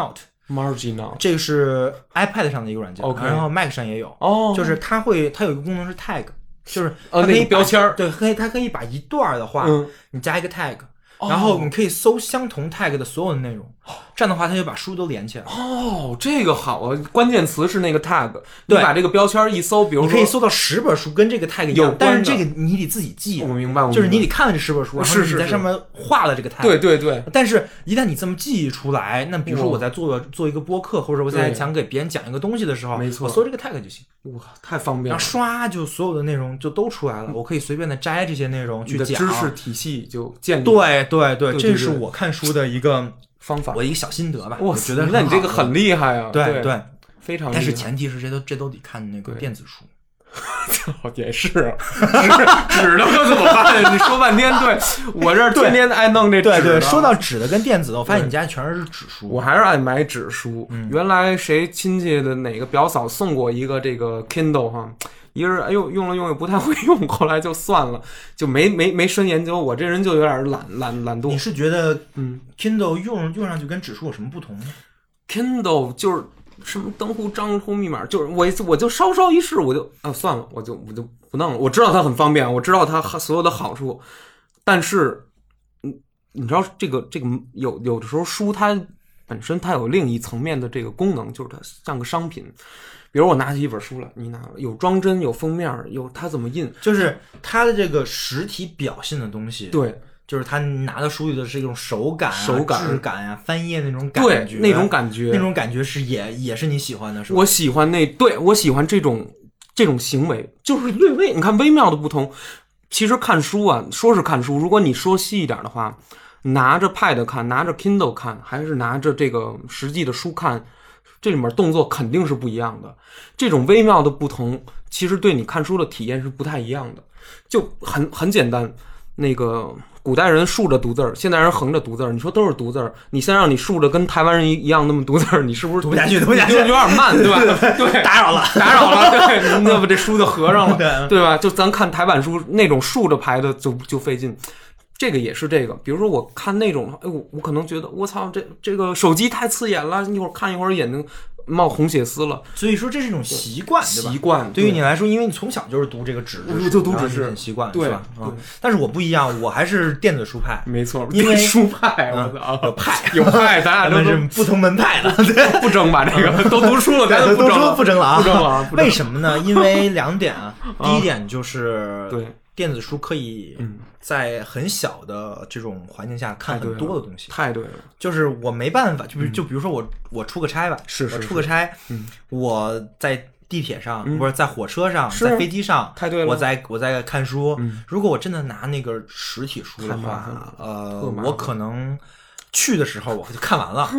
Marginote。这个是 iPad 上的一个软件，然后 Mac 上也有。就是它有一个功能是 tag， 就是它可以
标签，
对，它可以把一段的话，你加一个 tag，然后你可以搜相同 tag 的所有的内容，这样的话它就把书都连起来了。
这个好啊！关键词是那个 tag， 你把这个标签一搜，比如说
你可以搜到10本书跟这个 tag 一样，但是这个你得自己记。
我明白，
就是你得看了这10本书，然后你在上面画了这个 tag。
对。
但是一旦你这么记忆出来，那比如说我在做一个播客，或者我在想给别人讲一个东西的时候，
没错，
我搜这个 tag 就行。
哇，太方便了！
然后刷就所有的内容就都出来了，我可以随便的摘这些内容去讲，
知识体系就建立。
对，这是我看书的一个
方法，
我一个小心得吧。
我
觉得
那你这个很厉害啊！
对，
非常厉害。
但是前提是这都得看那个电子书。
也是纸的可怎么办？你说半天，对我这天天爱弄这纸。
对，说到纸的跟电子的，我发现你家全是纸书。
我还是爱买纸书。原来谁亲戚的哪个表嫂送过一个这个 Kindle 哈，一个人用了也不太会用，后来就算了，就没深研究。我这人就有点懒惰。
你是觉得Kindle 用上去跟纸书有什么不同呢？
Kindle 就是什么登户账户密码，就是我就稍一试，我就算了，我就不弄了。我知道它很方便，我知道它所有的好处，但是你知道这个有的时候书它本身它有另一层面的这个功能，就是它像个商品。比如我拿起一本书来，你拿有装帧，有封面，有它怎么印，
就是它的这个实体表现的东西。
对。
就是他拿到书里的是一种手感、质感啊，翻页那种感觉，
那种感觉
是也是你喜欢的，是吧？
我喜欢我喜欢这种行为，就是你看微妙的不同。其实看书啊，说是看书，如果你说细一点的话，拿着 Pad 看，拿着 Kindle 看，还是拿着这个实际的书看，这里面动作肯定是不一样的。这种微妙的不同，其实对你看书的体验是不太一样的。就很简单，那个。古代人竖着读字儿，现代人横着读字儿。你说都是读字儿，你现在让你竖着跟台湾人一样那么读字儿，你是不是
读不下去？
就有点慢，对吧？对，
打扰了，
对，那不这书就合上了，对吧？就咱看台版书那种竖着排的就费劲。这个也是这个，比如说我看那种，我可能觉得我操，这个手机太刺眼了，一会儿看一会儿眼睛冒红血丝了。
所以说这是一种习惯，对吧？
习惯
对于你来说，因为你从小就是读这个纸质，
就读纸质，
很习惯，
对
吧？但是我不一样，我还是电子书派。
没错，
因为
书派，我操，有派，咱俩
都是不同门派的，
不争吧？这个都读书了，咱
都不争了啊！
不争了。
为什么呢？因为2点啊。第一点就是
对。
电子书可以在很小的这种环境下看很多的东西，
太对了。就是
我没办法，就比如说我出个差吧，我出个差，我在地铁上，或者在火车上，在飞机上，
太对了。
我在看书，如果我真的拿那个实体书的话，我可能。去的时候我就看完了，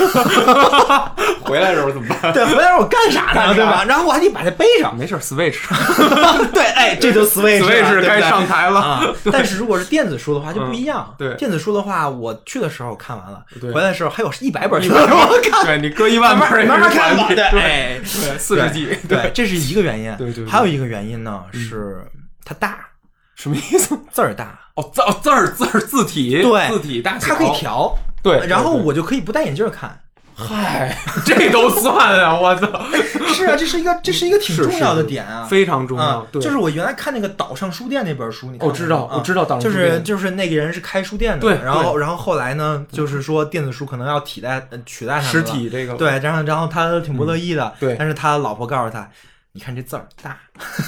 回来的时候怎么办？
对，回来的时候我干啥呢？对吧？然后我还得把它背上。
没事 ，Switch。
对，这就 Switch
该上台了
啊！但是如果是电子书的话就不一样。
对，
电子书的话，我去的时候看完了，回来的时候还有100本书
我看。对，你搁1万本，
慢慢看吧。
对，40G。
对，这是一个原因。
对。
还有一个原因呢，是它大。
什么意思？
字儿大
字体，
对，
字体大小，
它可以调，
对，
然后我就可以不戴眼镜看。
嗨，这都算啊！我操，
是啊，这是一个挺重要的点啊，
非常重要。对，
就是我原来看那个岛上书店那本书，你看
我知道岛上书
店，就是那个人是开书店的，
对，
然后后来呢，就是说电子书可能要取代他
实体这个，
对，然后他挺不乐意的，
对，
但是他老婆告诉他。 你看这字儿大。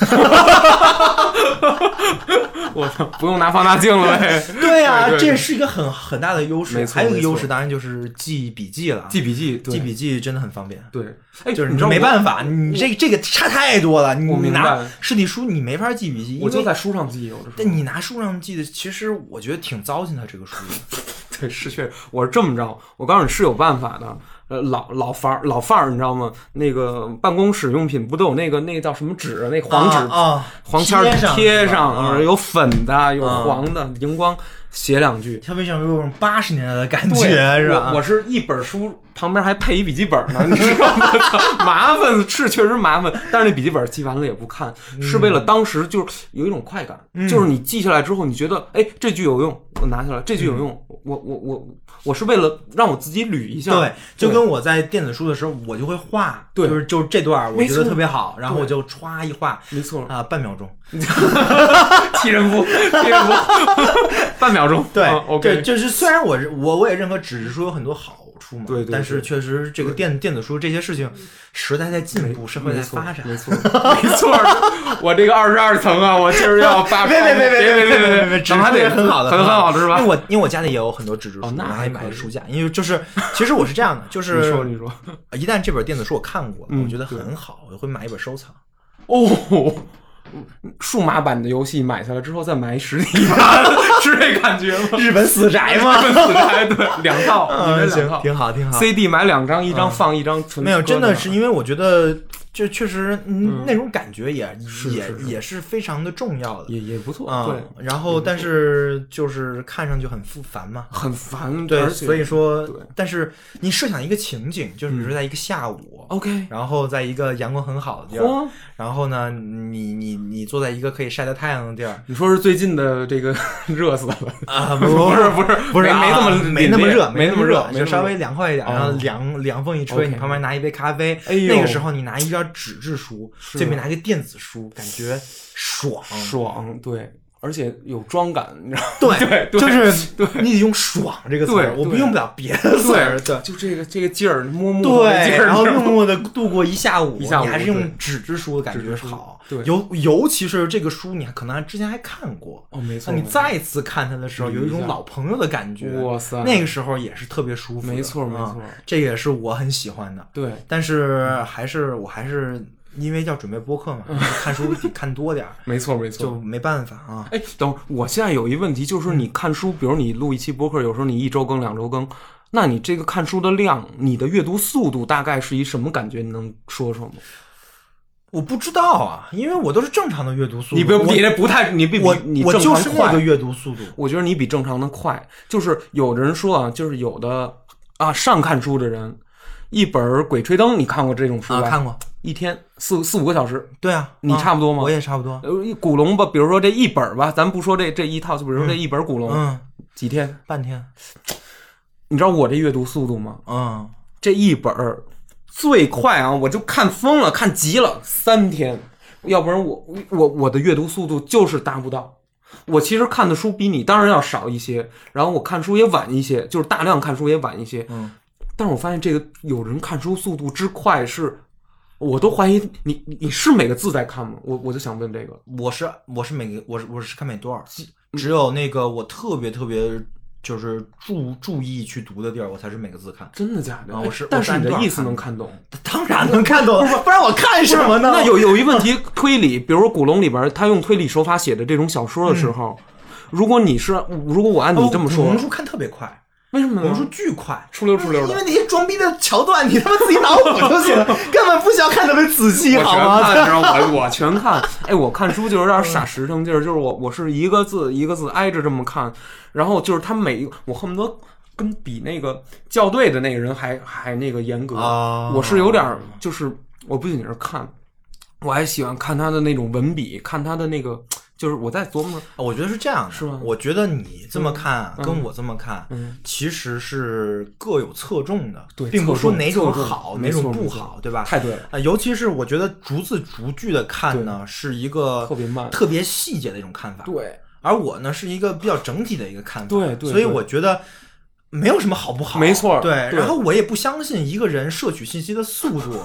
我操，不用拿放大镜了呗。
对啊，
对
这是一个很大的优势。
没错
还有一个优势当然就是记笔记了，
记笔记
真的很方便。
对，哎，
就是
你知道
没办法，你这个差太多了。
我明白，
你拿实体书你没法记笔记，
我就在书上记，有的时候。
但你拿书上记的，其实我觉得挺糟践的这个书。
对，是确实，我是这么着，我告诉你是有办法的。老范儿，你知道吗？那个办公室用品不都有那个叫什么纸？那黄纸黄签贴上，有粉的，有黄的，荧光写两句，
它为什么有种80年代的感觉？是吧？
我是一本书旁边还配一笔记本呢，你知道吗？麻烦是确实麻烦，但是那笔记本记完了也不看，是为了当时就是有一种快感，就是你记下来之后，你觉得哎这句有用，我拿下来，这句有用，我是为了让我自己捋一下。
对，就跟我在电子书的时候，我就会画，
对，
就是这段我觉得特别好，然后我就歘一画，
没错
啊，半秒钟，
替人服，半秒钟，
对
，OK，
就是虽然我也认可纸质书有很多好处嘛，
对，
但是确实这个电子书这些事情，时代在进步，社会在发展，
没错，我这个22层啊，我今儿要发，别，
纸质也很好的，
很好的是吧？
因为我家里也有很多纸质书，
那
还买了书架，因为就是其实我是这样的，就是
你说，
一旦这本电子书我看过了，我觉得很好，我会买一本收藏。
哦。数码版的游戏买下来之后再买实体版，是这感觉吗？
日本死宅吗？
日本死宅，对，2套，
行，挺好。
CD 买2张，一张放一张纯。
没有，真的是因为我觉得这确实那种感觉也是非常的重要的，
也不错。对，
然后但是就是看上去很烦嘛，
很烦。
对，所以说，但是你设想一个情景，就是比如说在一个下午
，OK，
然后在一个阳光很好的地儿，然后呢，你坐在一个可以晒到太阳的地儿。
你说是最近的这个热死了
啊？不是，没那么热，就稍微凉快一点，然后凉风一吹，你旁边拿一杯咖啡，那个时候你拿一张纸质书，对面拿一个电子书，感觉爽，
对。而且有妆感，你知道吗？
对，就是你得用爽这个词儿，我不用不了别的词儿，对，
就这个劲儿，默默
的劲儿，然后默默的度过一下午，你还是用纸质书的感觉好，
对，
尤其是这个书，你可能之前还看过，
没错，
你再次看它的时候，有一种老朋友的感觉，
哇塞，
那个时候也是特别舒服，
没错，
这也是我很喜欢的，
对，
但是我还是。因为要准备播客嘛，看书得看多点，
没错，
就没办法啊。
哎，等会儿，我现在有一问题，就是你看书，比如你录一期播客，有时候你1周更2周更，那你这个看书的量，你的阅读速度大概是一什么感觉？你能说说吗？
我不知道啊，因为我都是正常的阅读速度。
你这不太，你
我就是那个阅读速度，
我觉得你比正常的快。就是有的人说啊，就是有的啊，上看书的人，一本《鬼吹灯》，你看过这种书吧？
看过。
一天4-5个小时，
对啊，
你差不多吗？
我也差不多。
古龙吧，比如说这一本吧，咱不说这一套，就比如说这一本古龙，几天？
半天。
你知道我这阅读速度吗？这一本最快啊，我就看疯了，看急了，3天，要不然我的阅读速度就是达不到。我其实看的书比你当然要少一些，然后我看书也晚一些，就是大量看书也晚一些。但是我发现这个有人看书速度之快是。我都怀疑你是每个字在看吗？我就想问这个，
我是看每段，只有那个我特别就是注意去读的地儿，我才是每个字看。
真的假的？
但
是你的意思能看懂？
当然能看懂，不然我看什么呢？
那有一问题，推理，比如说古龙里边他用推理手法写的这种小说的时候，如果我按你这么说，
古龙书看特别快。
为什么呢？
我们说巨快，
出溜的，
因为那些装逼的桥段，你他妈自己脑补就行了，根本不需要看特别仔细，好吗？
我全看。哎，我看书就有点傻实诚劲儿，就是我是一个字一个字挨着这么看，然后就是他每一个，我恨不得跟比那个校对的那个人还那个严格。我是有点就是，我不仅是看，我还喜欢看他的那种文笔，看他的那个。就是我在琢磨，
我觉得是这样的，
是吗？
我觉得你这么看跟我这么看，其实是各有侧重的，
对，
并不是说哪种好哪种不好，对吧？
太对了。
尤其是我觉得逐字逐句的看呢，是一个
特别慢、
特别细节的一种看法。
对，
而我呢是一个比较整体的一个看法。
对，
所以我觉得没有什么好不好，
没错。
对，然后我也不相信一个人摄取信息的速度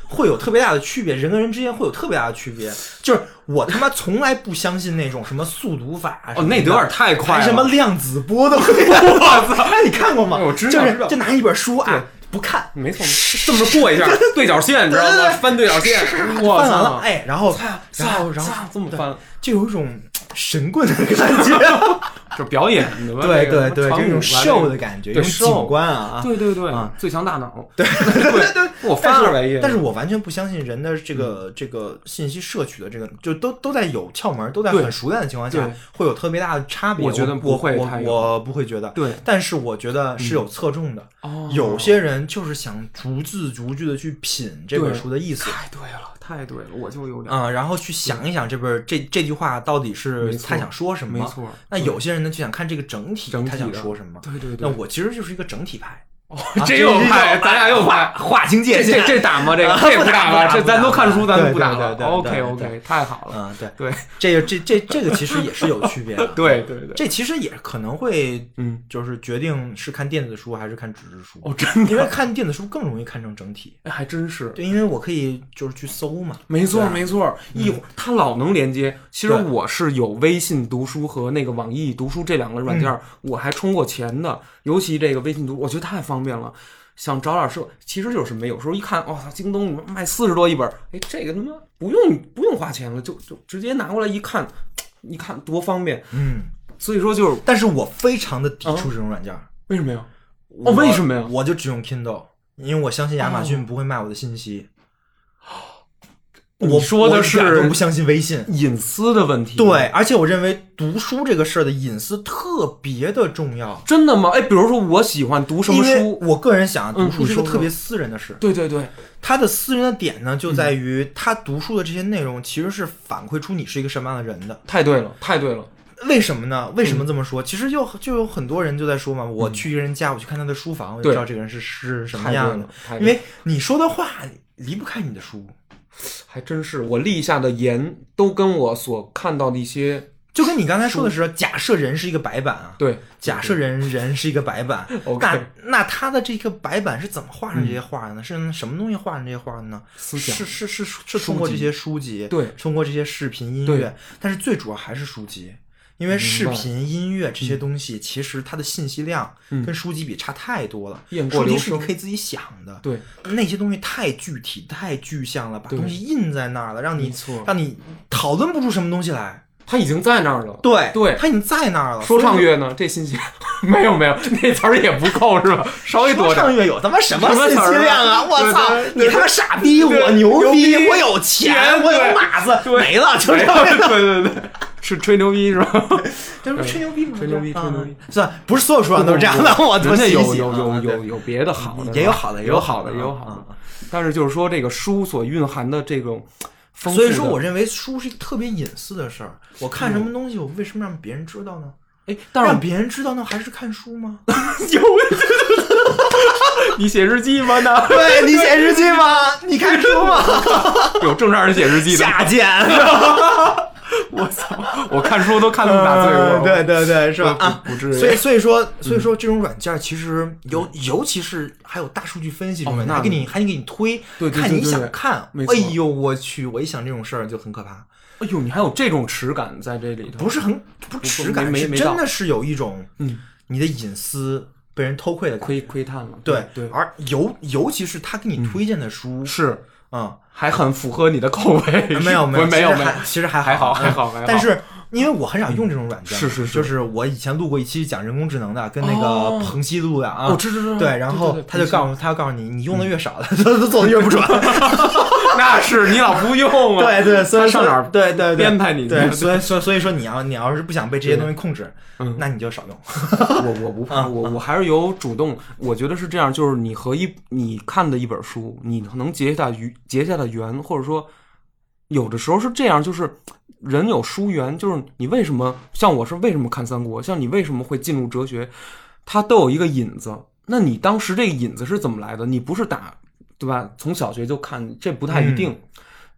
会有特别大的区别，人跟人之间会有特别大的区别。就是我他妈从来不相信那种什么速读法
那有点太快了，
什么量子波动，我操！你看过吗？
我知道，
就拿一本书不看，
没错，这么过一下对角线，你知道吗？翻对角线，
翻完了，然后
这么翻，
就有一种神棍的感觉，
就表演的吧？
对，这种 show 的感觉，
对，
景观啊，
对，最强大脑，
对，
我翻二维页，
但是我完全不相信人的这个信息摄取的这个，就都在有窍门，都在很熟练的情况下，会有特别大的差别。
我觉得不会，
我不会觉得，
对，
但是我觉得是有侧重的。有些人就是想逐字逐句的去品这本书的意思，
太对了，我就有点
然后去想一想这句话到底是他想说什么。
没错。
那有些人呢就想看这个整体他想说什么。
对。
那我其实就是一个整体派。
这又派，咱俩又派，
划清界限。
这打吗？这不打吗？这咱都看书，咱不打了。OK， 太好了。
对，这个其实也是有区别的。
对，
这其实也可能会，就是决定是看电子书还是看纸质书。
真的，
因为看电子书更容易看成整体。
还真是。
对，因为我可以就是去搜嘛。
没错。一会儿它老能连接。其实我是有微信读书和那个网易读书这两个软件，我还充过钱的。尤其这个微信读，我觉得太方便了。想找点书，其实就是没有时候一看，京东卖40多一本，这个他妈不用花钱了，就直接拿过来一看多方便。所以说就是，
但是我非常的抵触这种软件。
为什么呀？为什么呀？
我就只用 Kindle， 因为我相信亚马逊不会卖我的信息。
我说的是
都不相信微信
隐私的问题。
对，而且我认为读书这个事儿的隐私特别的重要。
真的吗？比如说我喜欢读什么书，
我个人想读书是个特别私人的事。
对，
他的私人的点呢，就在于他读书的这些内容其实是反馈出你是一个什么样的人的。
太对了。
为什么呢？为什么这么说？其实就有很多人就在说嘛，我去一个人家，我去看他的书房，我就知道这个人是什么样的。因为你说的话离不开你的书。
还真是，我立下的言都跟我所看到的一些，
就跟你刚才说的是，假设人是一个白板啊，
对，
假设人是一个白板，那他的这个白板是怎么画上这些画的呢？是什么东西画上这些画的呢？
思想
是通过这些书籍，
对，
通过这些视频音乐，但是最主要还是书籍。因为视频、音乐这些东西，其实它的信息量跟书籍比差太多了。书籍是你可以自己想的，
对，
那些东西太具体、太具象了，把东西印在那儿了，让你讨论不出什么东西来。
它已经在那儿了，
对，它已经在那儿了。
说唱乐呢？这信息没有，那词儿也不够是吧？稍微多点。
说唱乐有他妈什么信息量啊！我操，你他妈傻逼，我牛逼，我有钱，我有马子，没了，就这样。
对。是吹牛逼是吧？
这不是吹牛逼吗？
吹牛逼，
是吧？不是所有书上都是这样的。我
人家有别的好的，
也有好的，
也有好的。但是就是说，这个书所蕴含的这种，
所以说，我认为书是一个特别隐私的事儿。我看什么东西，我为什么让别人知道呢？让别人知道那还是看书吗？
你写日记吗？呢？
对，你写日记吗？你看书吗？
有正常人写日记的。
下贱。
我操！我看书都看那么大罪过。
对，是吧？
不至于。
所以说这种软件其实尤其是还有大数据分析什么的，还给你推，看你想看。哎呦我去！我一想这种事儿就很可怕。
哎呦，你还有这种耻感在这里头？
不是耻感，是真的是有一种你的隐私被人偷窥的
窥探了。
对，而尤其是他给你推荐的书
是还很符合你的口味。
没有，其实还好。但是因为我很少用这种软件，
是，
就是我以前录过一期讲人工智能的，跟那个彭曦录的啊。
我知。
对，然后他就告诉你，你用的越少的，他做的越不准。
那是你老不用啊。
对，所以
上哪儿
对
编排你？
对，所以说你要是不想被这些东西控制，那你就少用。
我不怕，我还是有主动。我觉得是这样，就是你看的一本书，你能结下的缘，或者说有的时候是这样，就是人有书缘，就是你为什么像我是为什么看三国，像你为什么会进入哲学，它都有一个引子。那你当时这个引子是怎么来的？你不是对吧？从小学就看，这不太一定。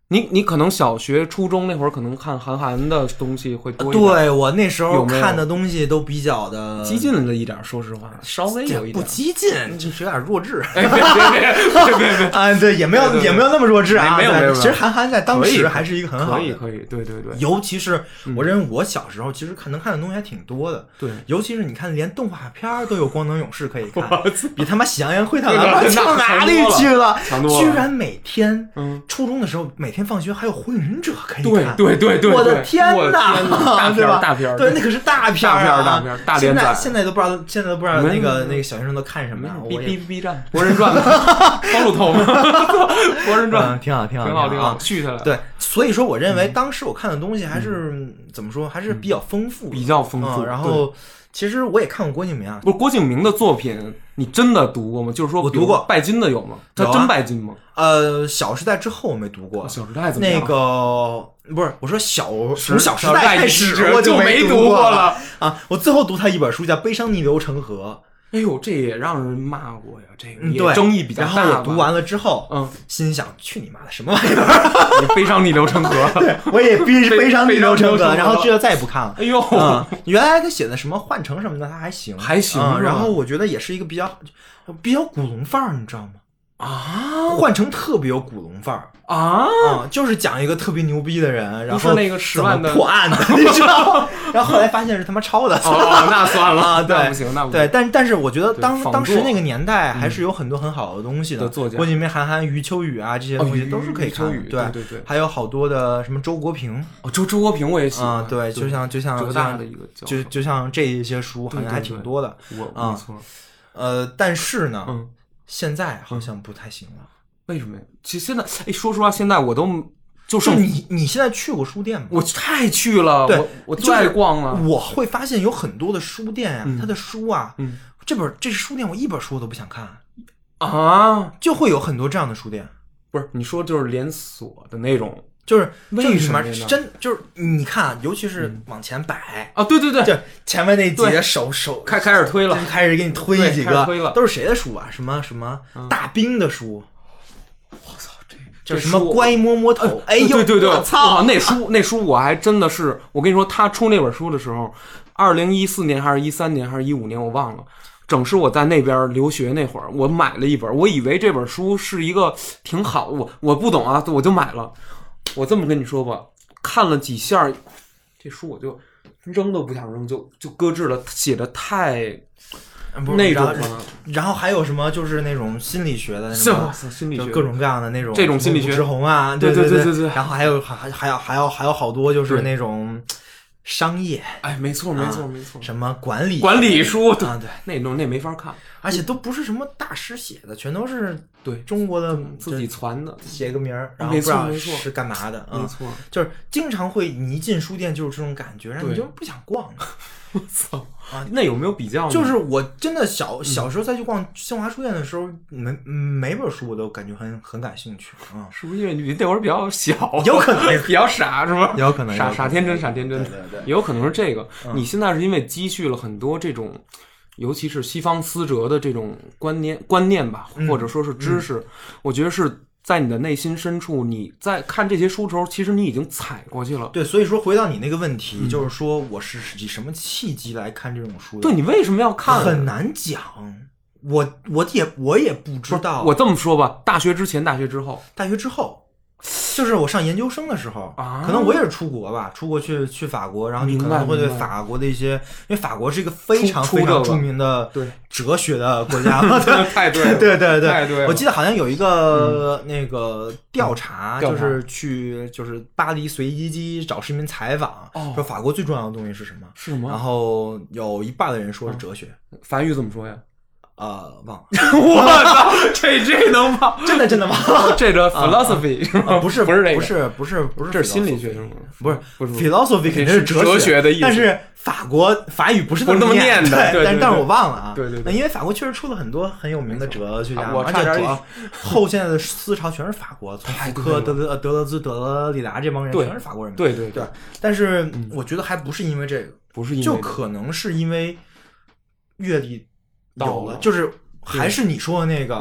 你可能小学、初中那会儿可能看韩寒的东西会多一点。
对，我那时候
有没有
看的东西都比较的
激进了一点，说实话，稍微有一点
不激进，就是有点弱智。
哎，别
啊，对，也没有那么弱智啊。
没有。
其实韩寒在当时还是一个很好的，
可以，对。
尤其是我认为我小时候其实能看的东西还挺多的。
对，
尤其是你看，连动画片都有光能勇士可以看，比他妈喜羊羊灰太狼强哪里去了？居然每天，初中的时候每天放学还有火影忍者可以看。
对，
我的天哪，对吧？
大片，
对，那可是大片啊，
大连载。
现在都不知道那个小学生都看什么呀
？B 站《博人传》方路头博人传
挺好，
续下来。
对，所以说我认为当时我看的东西还是怎么说，还是比较丰富，然后其实我也看过郭敬明啊，
不是郭敬明的作品，你真的读过吗？就是说，
我读过
拜金的有吗？他真拜金吗？
小时代之后我没读过。
小时代怎么样？
那个不是，我说从小时代开始
我就没
读
过了
啊！我最后读他一本书叫《悲伤逆流成河》。
哎呦，这也让人骂过呀，这个也争议比较大。
然后我读完了之后，心想去你妈的什么玩意
儿！你悲伤逆流成河，
对，我也悲伤逆流成河，然后这就再也不看了。
哎呦，
原来他写的什么幻城什么的，他还行。然后我觉得也是一个比较古龙范儿，你知道吗？啊，幻城特别有古龙范儿啊，就是讲一个特别牛逼的人，然后
不是那个10万的
破案的，你知道吗？然后后来发现是他妈抄的，
那算了
啊，对，
那不行，
对，但是我觉得当时那个年代还是有很多很好的东西的，
作家
郭敬明、韩寒、余秋雨啊这些东西都是可以看的，
对，
还有好多的什么周国平，
周国平我也喜欢，
对，就像
浙大的一个
就像这一些书好像还挺多的，
没错，
但是呢。现在好像不太行了，
为什么呀？其实现在，说实话，现在我都就是
你现在去过书店吗？
我太去了，
对，
我最爱逛了。
我会发现有很多的书店呀，它的书啊，这书店我一本书都不想看
啊，
就会有很多这样的书店。
不是你说就是连锁的那种。
就是
为什么
真就是你看，尤其是往前摆
啊，对，
就前面那几个手
开始推了，
开始给你推几个，
推了，
都是谁的书啊？什么大兵的书？
我操，
这什么乖摸摸头？哎呦，
对，
我操！
那书我还真的是，我跟你说，他出那本书的时候，2014年还是13年还是15年，我忘了。正是我在那边留学那会儿，我买了一本，我以为这本书是一个挺好，我不懂啊，我就买了。我这么跟你说吧，看了几下，这书我就扔都不想扔，就搁置了，写的太那种了。
然后还有什么就是那种心理学的，
心理学
各种各样的那种
这种心理学
之红啊，对。然后还有好多就是那种商业，
没错，
什么管理
书
啊，
对，那没法看，
而且都不是什么大师写的，全都是
对
中国的
自己传的，
写个名儿，然后不知道是干嘛的，
没错，
就是经常会你一进书店就是这种感觉，让你就不想逛。
我操啊！那有没有比较呢？
就是我真的小时候再去逛新华书店的时候，每本书我都感觉很感兴趣啊。
是不是因为你那会儿比较小？
有可能
比较傻是吧？
有可能
傻天真，
对，
也有可能是这个。你现在是因为积蓄了很多这种，尤其是西方思哲的这种观念吧，或者说是知识，我觉得是。在你的内心深处，你在看这些书的时候，其实你已经踩过去了。
对，所以说回到你那个问题，就是说我是以什么契机来看这种书的？
对，你为什么要看？
很难讲，我也不知道。
我这么说吧，大学之前，大学之后，
就是我上研究生的时候，可能我也是出国吧，出国去法国，然后你可能会对法国的一些，因为法国是一个非常非常著名的哲学的国家嘛，
太对，
对，我记得好像有一个那个调查，就是巴黎随机找市民采访，说法国最重要的东西是什么？
是吗？
然后有一半的人说是哲学，
法语怎么说呀？
忘了。
我操，这能忘？
真的忘了。
这个 philosophy 是吗？
不是
这个，
不是，
这是心理学是吗？
不是 philosophy 肯定是哲
学的意思。
但是法语不是
那么念的，对，
但是我忘了啊。
对，
因为法国确实出了很多很有名的哲学家，
我差点
后现在的思潮全是法国，从福柯、德勒兹、德勒里达这帮人全是法国人。
对。
但是我觉得还不是因为这个，
不是因为
就可能是因为阅历有了，就是还是你说的那个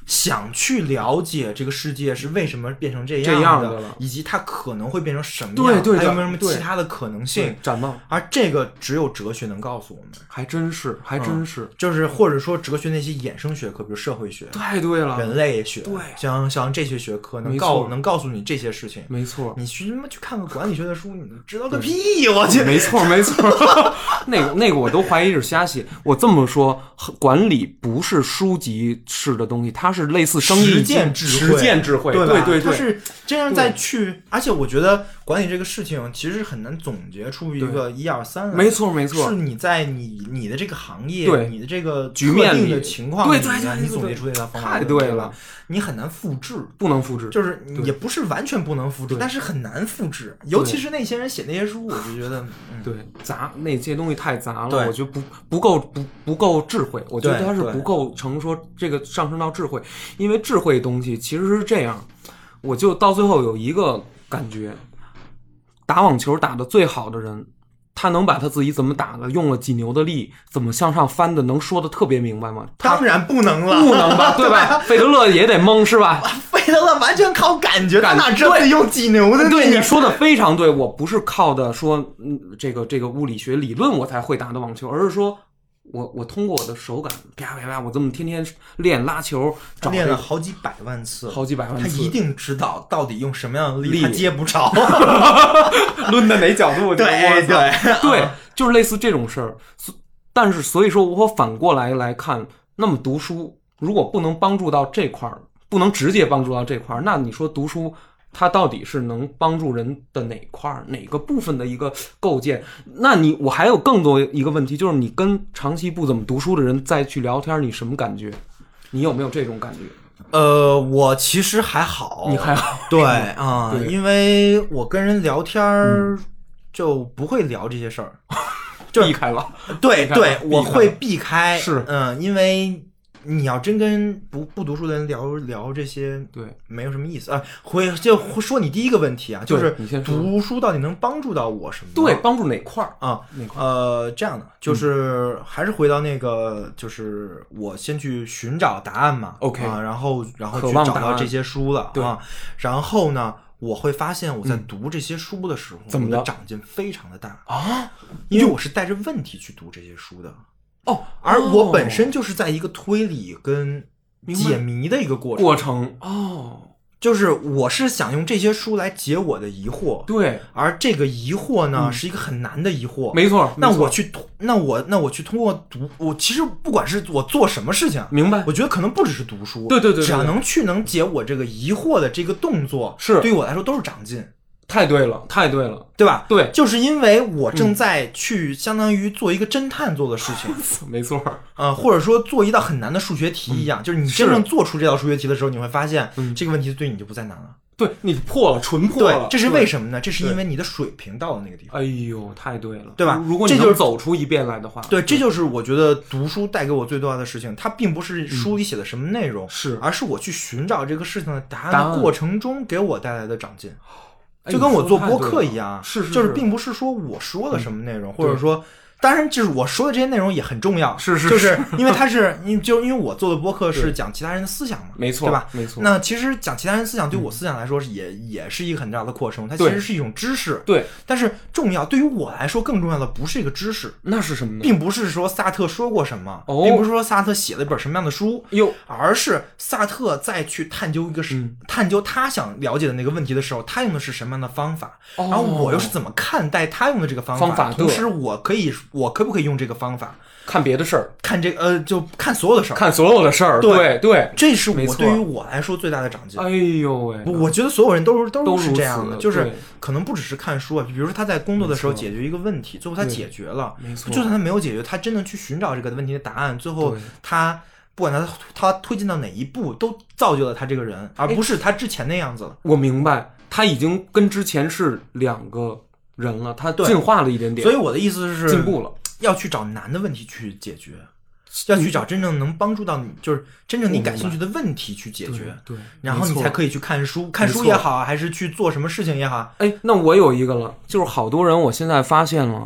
想去了解这个世界是为什么变成这
样
的
了，
以及它可能会变成什么样，
对，
还有没有什么其他的可能性
展望。
而这个只有哲学能告诉我们，
还真是，
就是或者说哲学那些衍生学科，比如社会学，
太对了，
人类学，
对，
像这些学科能告诉你这些事情，
没错。
你去看个管理学的书，你知道个屁！我去，
没错，那个我都怀疑是瞎写。我这么说，管理不是书籍式的东西，它是类似生意
实践智慧，
对，
它是这样再去。而且我觉得管理这个事情其实很难总结出一个1、2、3来。
没错，
是你在你的这个行业，你的这个
局面
特定的情况里，
对，
你总结出这套方法，
太对了。
你很难复制，
不能复制，
就是也不是完全不能复制，但是很难复制。尤其是那些人写那些书，我就觉得，
对，杂，那些东西太杂了，我觉得不够智慧，我觉得它是不构成说这个上升到智慧，因为智慧东西其实是这样，我就到最后有一个感觉，打网球打得最好的人，他能把他自己怎么打的，用了几牛的力，怎么向上翻的，能说的特别明白吗？
当然不能了，
不能吧，对吧？费德勒也得懵是吧？
费德勒完全靠感觉，他哪知道自己用几牛的力？
对，你说的非常对，我不是靠的说这个物理学理论我才会打的网球，而是说我通过我的手感，啪啪啪，我这么天天练拉球，
练了好几百万次，他一定知道到底用什么样的力他接不着，
抡在哪角度？
对，
就是类似这种事儿。但是所以说，我反过来看，那么读书如果不能帮助到这块儿，不能直接帮助到这块儿，那你说读书它到底是能帮助人的哪块儿哪个部分的一个构建？那我还有更多一个问题，就是你跟长期不怎么读书的人再去聊天，你什么感觉？你有没有这种感觉？
我其实还好，
你还好，
对啊，因为我跟人聊天就不会聊这些事儿，就
避开了。
对，我会避开，
是
因为你要真跟不读书的人聊这些，
对，
没有什么意思啊。就说你第一个问题啊，就是读书到底能帮助到我什么？
对，帮助哪块儿
啊？
哪块儿？
这样的，就是还是回到那个，就是我先去寻找答案嘛。
OK，
然后去找到这些书了啊。然后呢，我会发现我在读这些书的时候，我的长进非常的大
啊，
因为我是带着问题去读这些书的。而我本身就是在一个推理跟解谜的一个过程就是我是想用这些书来解我的疑惑，
对，
而这个疑惑呢是一个很难的疑惑，
没错。
那我去通过读，我其实不管是我做什么事情，
明白？
我觉得可能不只是读书，
对，
只要能解我这个疑惑的这个动作，
是
对于我来说都是长进。
太对了，对吧？
对，就是因为我正在去相当于做一个侦探做的事情，
没错。
或者说做一道很难的数学题一样，就是你真正做出这道数学题的时候，你会发现这个问题对你就不再难了。
对，你破了，纯破了。
对，这是为什么呢？这是因为你的水平到了那个地方。
哎呦，太对了，
对吧？
如果你能走出一遍来的话，
对，这就是我觉得读书带给我最重要的事情。它并不是书里写的什么内容，而是我去寻找这个事情的答案的过程中给我带来的长进。就跟我做播客一样，就是并不是说我说了什么内容，或者说，当然就是我说的这些内容也很重要，就是因为它是，因为我做的播客是讲其他人的思想嘛，
没错，
对吧？
没错。
那其实讲其他人思想对我思想来说也是一个很重要的扩充，它其实是一种知识，
对。
但是对于我来说更重要的不是一个知识，
那是什么呢？
并不是说萨特说过什么，并不是说萨特写了一本什么样的书，而是萨特再去探究他想了解的那个问题的时候，他用的是什么样的方法，然后我又是怎么看待他用的这个方法，同时我可不可以用这个方法
看别的事儿，
看这个就看所有的事儿，
对，
这是我对于我来说最大的长进。
哎呦喂，
我觉得所有人都是这样的，就是可能不只是看书啊，比如说他在工作的时候解决一个问题，最后他解决了，
没错，
就算他没有解决，他真的去寻找这个问题的答案，最后他不管他推进到哪一步，都造就了他这个人，而不是他之前那样子了。
我明白，他已经跟之前是两个人了，他进化了一点点。
所以我的意思是
进步了，
要去找难的问题去解决，要去找真正能帮助到你，就是真正你感兴趣的问题去解决。
对，
然后你才可以去看书也好，还是去做什么事情也好。
哎，那我有一个了，就是好多人我现在发现了，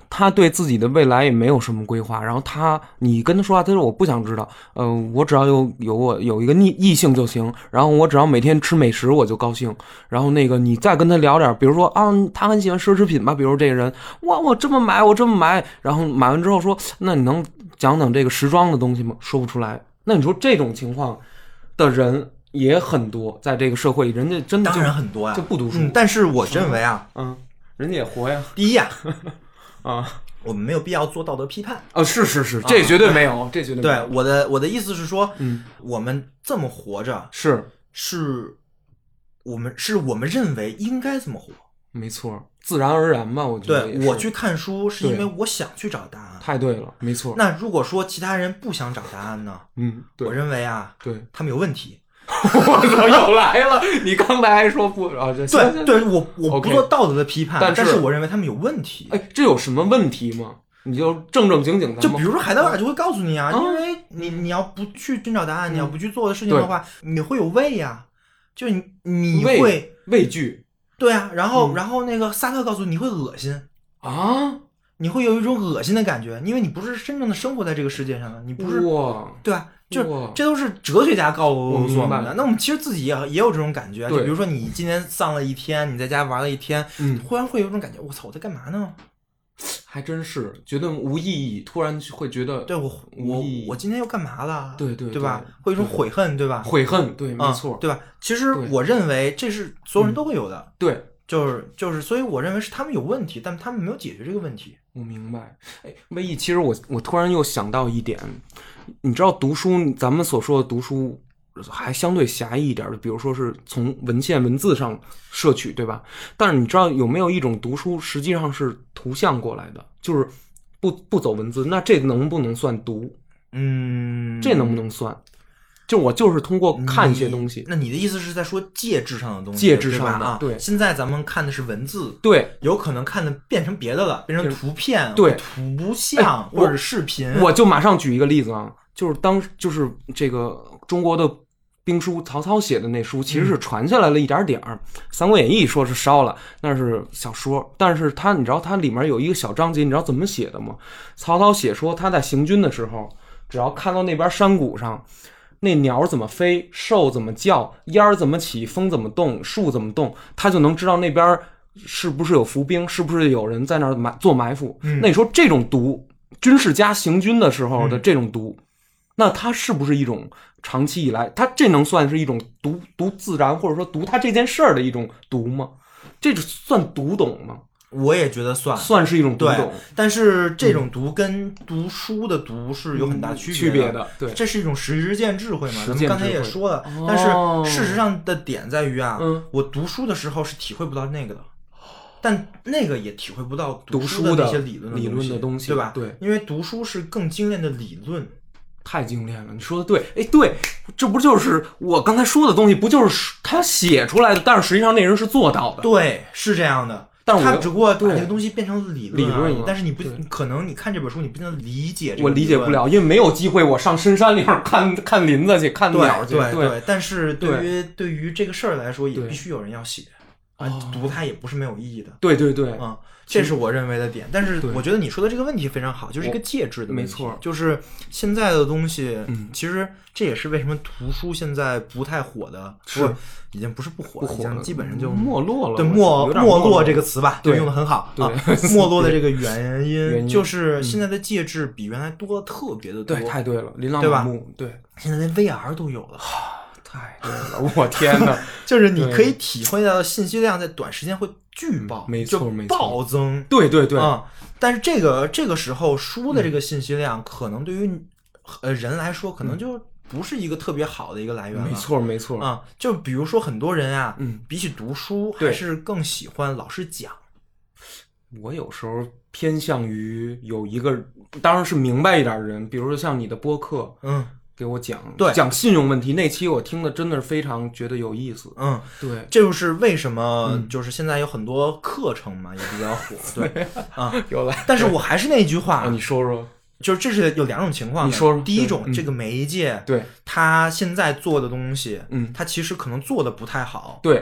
他对自己的未来也没有什么规划，然后你跟他说话，他说我不想知道，我只要有一个异性就行，然后我只要每天吃美食我就高兴，然后那个你再跟他聊点，比如说啊，他很喜欢奢侈品吧，比如这个人，哇，我这么买，然后买完之后说，那你能讲讲这个时装的东西吗？说不出来。那你说这种情况的人也很多，在这个社会，人家真的
当然很多呀，
就不读书。
但是我认为啊，
人家也活呀。
第一呀，
我
们没有必要做道德批判。
是，这绝对没有，这绝对没有。
对，我的意思是说，我们这么活着，是我们认为应该这么活。
没错，自然而然吧，我觉得。
对，我去看书是因为我想去找答案。
太对了，没错。
那如果说其他人不想找答案呢？
对，
我认为啊，
对，
他们有问题。
我操，又来了！你刚才还说不啊？
对，我不做道德的批判，但是我认为他们有问题。
哎，这有什么问题吗？你就正经的。
就比如说海德格尔就会告诉你啊，因为你要不去寻找答案，你要不去做的事情的话，你会有畏呀，就你会
畏惧。
对啊，然后那个萨特告诉你会恶心
啊，
你会有一种恶心的感觉，因为你不是真正的生活在这个世界上的，你不是对吧？就这都是哲学家告诉我们的。那我们其实自己也有这种感觉，就比如说你今天丧了一天，你在家玩了一天，忽然会有一种感觉，我操，我在干嘛呢？
还真是觉得无意义，突然会觉得
对我今天又干嘛了？
对
吧？会有一种悔恨，对吧？
悔恨，对，没错，
对吧？其实我认为这是所有人都会有的，
对，
就是，所以我认为是他们有问题，但他们没有解决这个问题。
我明白。哎，魏毅，其实我突然又想到一点，你知道读书，咱们所说的读书还相对狭义一点的，比如说是从文字上摄取，对吧？但是你知道有没有一种读书实际上是图像过来的，就是不走文字，那这能不能算读？这能不能算？就我就是通过看一些东西。
那你的意思是在说介质上的东西？
介质上的，
对。现在咱们看的是文字，
对，
有可能看的变成别的了，变成图片，
对，
图像或者是视频。
我就马上举一个例子啊，就是这个中国的兵书曹操写的那书，其实是传下来了一点点儿。三国演义说是烧了，那是小说，但是你知道它里面有一个小章节，你知道怎么写的吗？曹操写说他在行军的时候，只要看到那边山谷上那鸟怎么飞，兽怎么叫，烟怎么起，风怎么动，树怎么动，他就能知道那边是不是有伏兵，是不是有人在那儿做埋伏。那你说这种读军事家行军的时候的这种读，那它是不是一种长期以来，它这能算是一种读自然，或者说读它这件事儿的一种读吗？这算读懂吗？
我也觉得
算是一种读懂，
但是这种读跟读书的读是有很大区别的。
对，
这是一种实践智慧嘛。咱们刚才也说了，但是事实上的点在于啊，我读书的时候是体会不到那个的，但那个也体会不到
读
书的那些理
论的东西，
对吧？
对，
因为读书是更精炼的理论。
太精炼了，你说的对。哎，对，这不就是我刚才说的东西，不就是他写出来的，但是实际上那人是做到的。
对，是这样的。但他只不过把这个东西变成理论而已，但是你不可能，你看这本书你不能理解这个，
我理解不了，因为没有机会我上深山里面看林子去，看鸟去。
对，但是对于这个事儿来说，也必须有人要写啊，读它也不是没有意义的。
对，
这是我认为的点。但是我觉得你说的这个问题非常好，就是一个介质的问题。
没错，
就是现在的东西，其实这也是为什么图书现在不太火的，已经不是不火了，基本上就
没落了。
对，没落这个词吧，就用的很好啊。没落的这个原因就是现在的介质比原来多了特别的多。
对，太对了，琳琅满目。对，
现在连 VR 都有了。
太对了，我天哪！
就是你可以体会到的信息量在短时间会巨爆，
没错，
暴增。
对
但是这个时候书的这个信息量，可能对于人来说，可能就不是一个特别好的一个来源了。
没错
啊，就比如说很多人啊，比起读书，还是更喜欢老师讲。
我有时候偏向于有一个，当然是明白一点的人，比如说像你的播客，给我讲信用问题那期，我听的真的是非常觉得有意思。对，
这就是为什么就是现在有很多课程嘛，也比较火。对啊，
有了。
但是我还是那句话，
你说说，
就是这是有两种情况。
你说说，
第一种，这个媒介，
对，
他现在做的东西，他其实可能做的不太好，
对。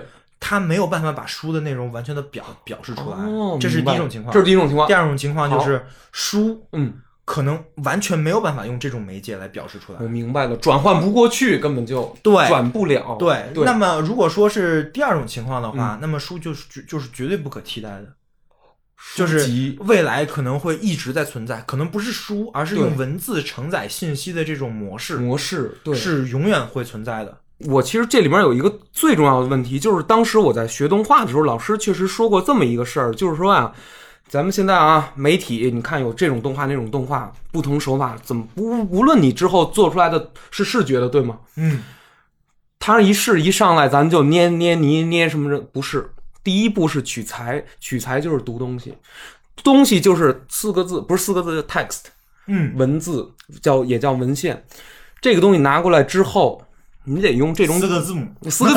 他没有办法把书的内容完全的表示出来，这是第一种情况。
这是第一种情况。
第二种情况就是书，
嗯，
可能完全没有办法用这种媒介来表示出来。
我明白了，转换不过去，根本就
对
转不了。
对，
对，
那么如果说是第二种情况的话，那么书就是绝对不可替代的。就是未来可能会一直在存在，可能不是书，而是用文字承载信息的这种模式，
对，
是永远会存在的。
我其实这里面有一个最重要的问题，就是当时我在学动画的时候，老师确实说过这么一个事儿，就是说啊，咱们现在啊，媒体你看有这种动画那种动画，不同手法怎么无论你之后做出来的是视觉的，对吗？他一上来咱就捏什么的，不是。第一步是取材，取材就是读东西，东西就是4个字，不是4个字，叫 text， 文字也叫文献。这个东西拿过来之后，你得用这种
4个字母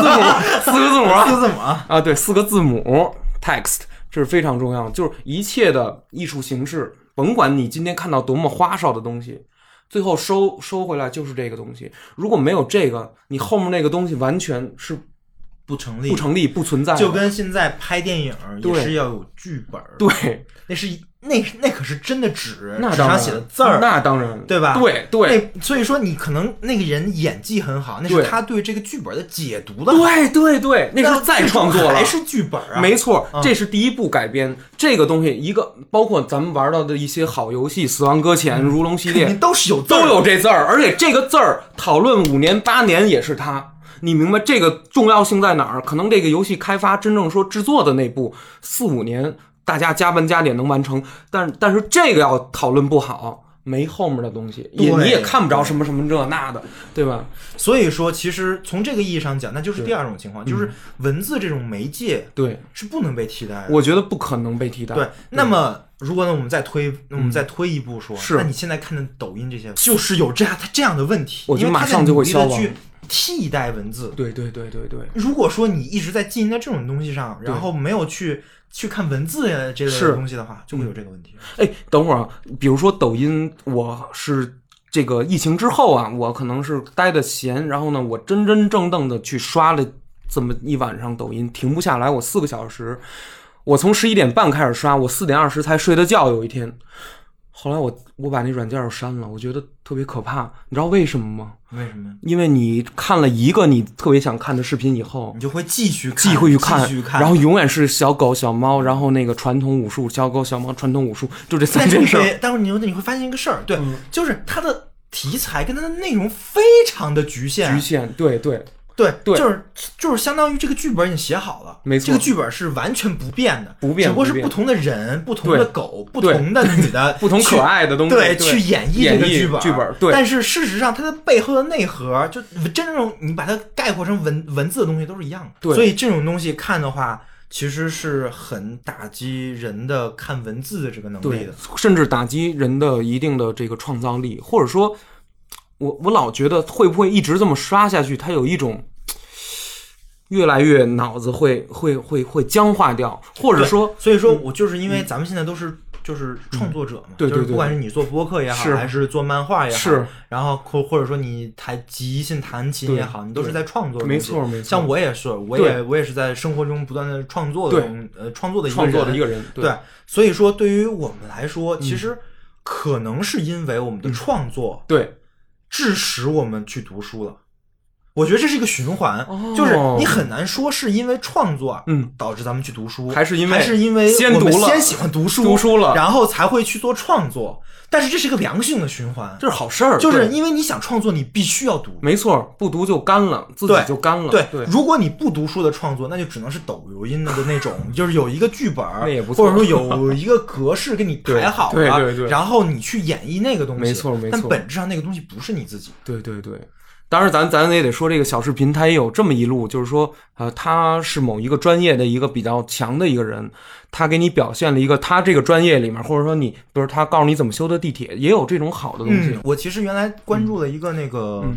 啊，对，4个字母 text， 这是非常重要。就是一切的艺术形式，甭管你今天看到多么花哨的东西，最后收回来就是这个东西。如果没有这个，你后面那个东西完全是
不成立，
不存在。
就跟现在拍电影也是要有剧本，
对，
那可是真的纸
上
写的字儿，
那当然，
对吧？
对，
所以说你可能那个人演技很好，那是他对这个剧本的解读的，
对，那是再创作了，
还是剧本啊？
没错，这是第一步改编。这个东西一个包括咱们玩到的一些好游戏，《死亡搁浅》、如龙系列，
都是有字儿，
都有这字儿，而且这个字儿讨论5年8年也是他。你明白这个重要性在哪儿？可能这个游戏开发真正说制作的那部4、5年，大家加班加点能完成，但是这个要讨论不好，没后面的东西，你也看不着什么什么这那的，对吧？
所以说，其实从这个意义上讲，那就是第二种情况，就是文字这种媒介，
对，
是不能被替代的。
我觉得不可能被替代。
对，那么如果呢，我们再推一步说，那你现在看的抖音这些，就是有这样的问题，
我觉得马上就会消亡。
替代文字，
对。
如果说你一直在浸在这种东西上，然后没有去看文字这类的东西的话，就会有这个问题。
等会儿啊，比如说抖音，我是这个疫情之后啊，我可能是待的闲，然后呢，我真正的去刷了这么一晚上抖音，停不下来，我4个小时，我从11点半开始刷，我4点20才睡的觉，有一天。后来我把那软件删了，我觉得特别可怕。你知道为什么吗？
为什么？
因为你看了一个你特别想看的视频以后，
你就会继续
看，然后永远是小狗小猫，然后那个传统武术，小狗小猫传统武术，就这3件事。
待会儿你会发现一个事儿，对，就是它的题材跟它的内容非常的局限，对，就是相当于这个剧本你写好了，
没错，
这个剧本是完全不变的，只不过是不同的人、不同的狗、不同的女的、
不同可爱的东西，
对，去演绎这个
剧本，对。
但是事实上，它的背后的内核，就真正你把它概括成文字的东西都是一样的。
对，
所以这种东西看的话，其实是很打击人的看文字的这个能力的，
甚至打击人的一定的这个创造力，或者说。我老觉得会不会一直这么刷下去，它有一种越来越脑子会僵化掉，或者说，
所以说我就是因为咱们现在都是就是创作者嘛，
对，
就是不管是你做播客也好，还是做漫画也好，
是，
然后或者说你即兴弹琴也好，你都是在创作的，
没错。
像我也是，我也是在生活中不断的创作的创作的一个人，对。所以说，对于我们来说，其实可能是因为我们的创作，
对。
致使我们去读书了，我觉得这是一个循环，就是你很难说是因为创作导致咱们去读书，
还是因为
我们先喜欢读
书了，
然后才会去做创作。但是这是一个良性的循环，
这是好事儿，
就是因为你想创作，你必须要读，
没错，不读就干了，自己就干了。
对，如果你不读书的创作，那就只能是抖音的那种，就是有一个剧本，
那也不错，
或者说有一个格式给你排好了，
对，
然后你去演绎那个东西，
没错。
但本质上那个东西不是你自己。
对。当然咱也得说，这个小视频它也有这么一路，就是说他是某一个专业的一个比较强的一个人，他给你表现了一个他这个专业里面，或者说你比如他告诉你怎么修的地铁，也有这种好的东西。
我其实原来关注了一个那个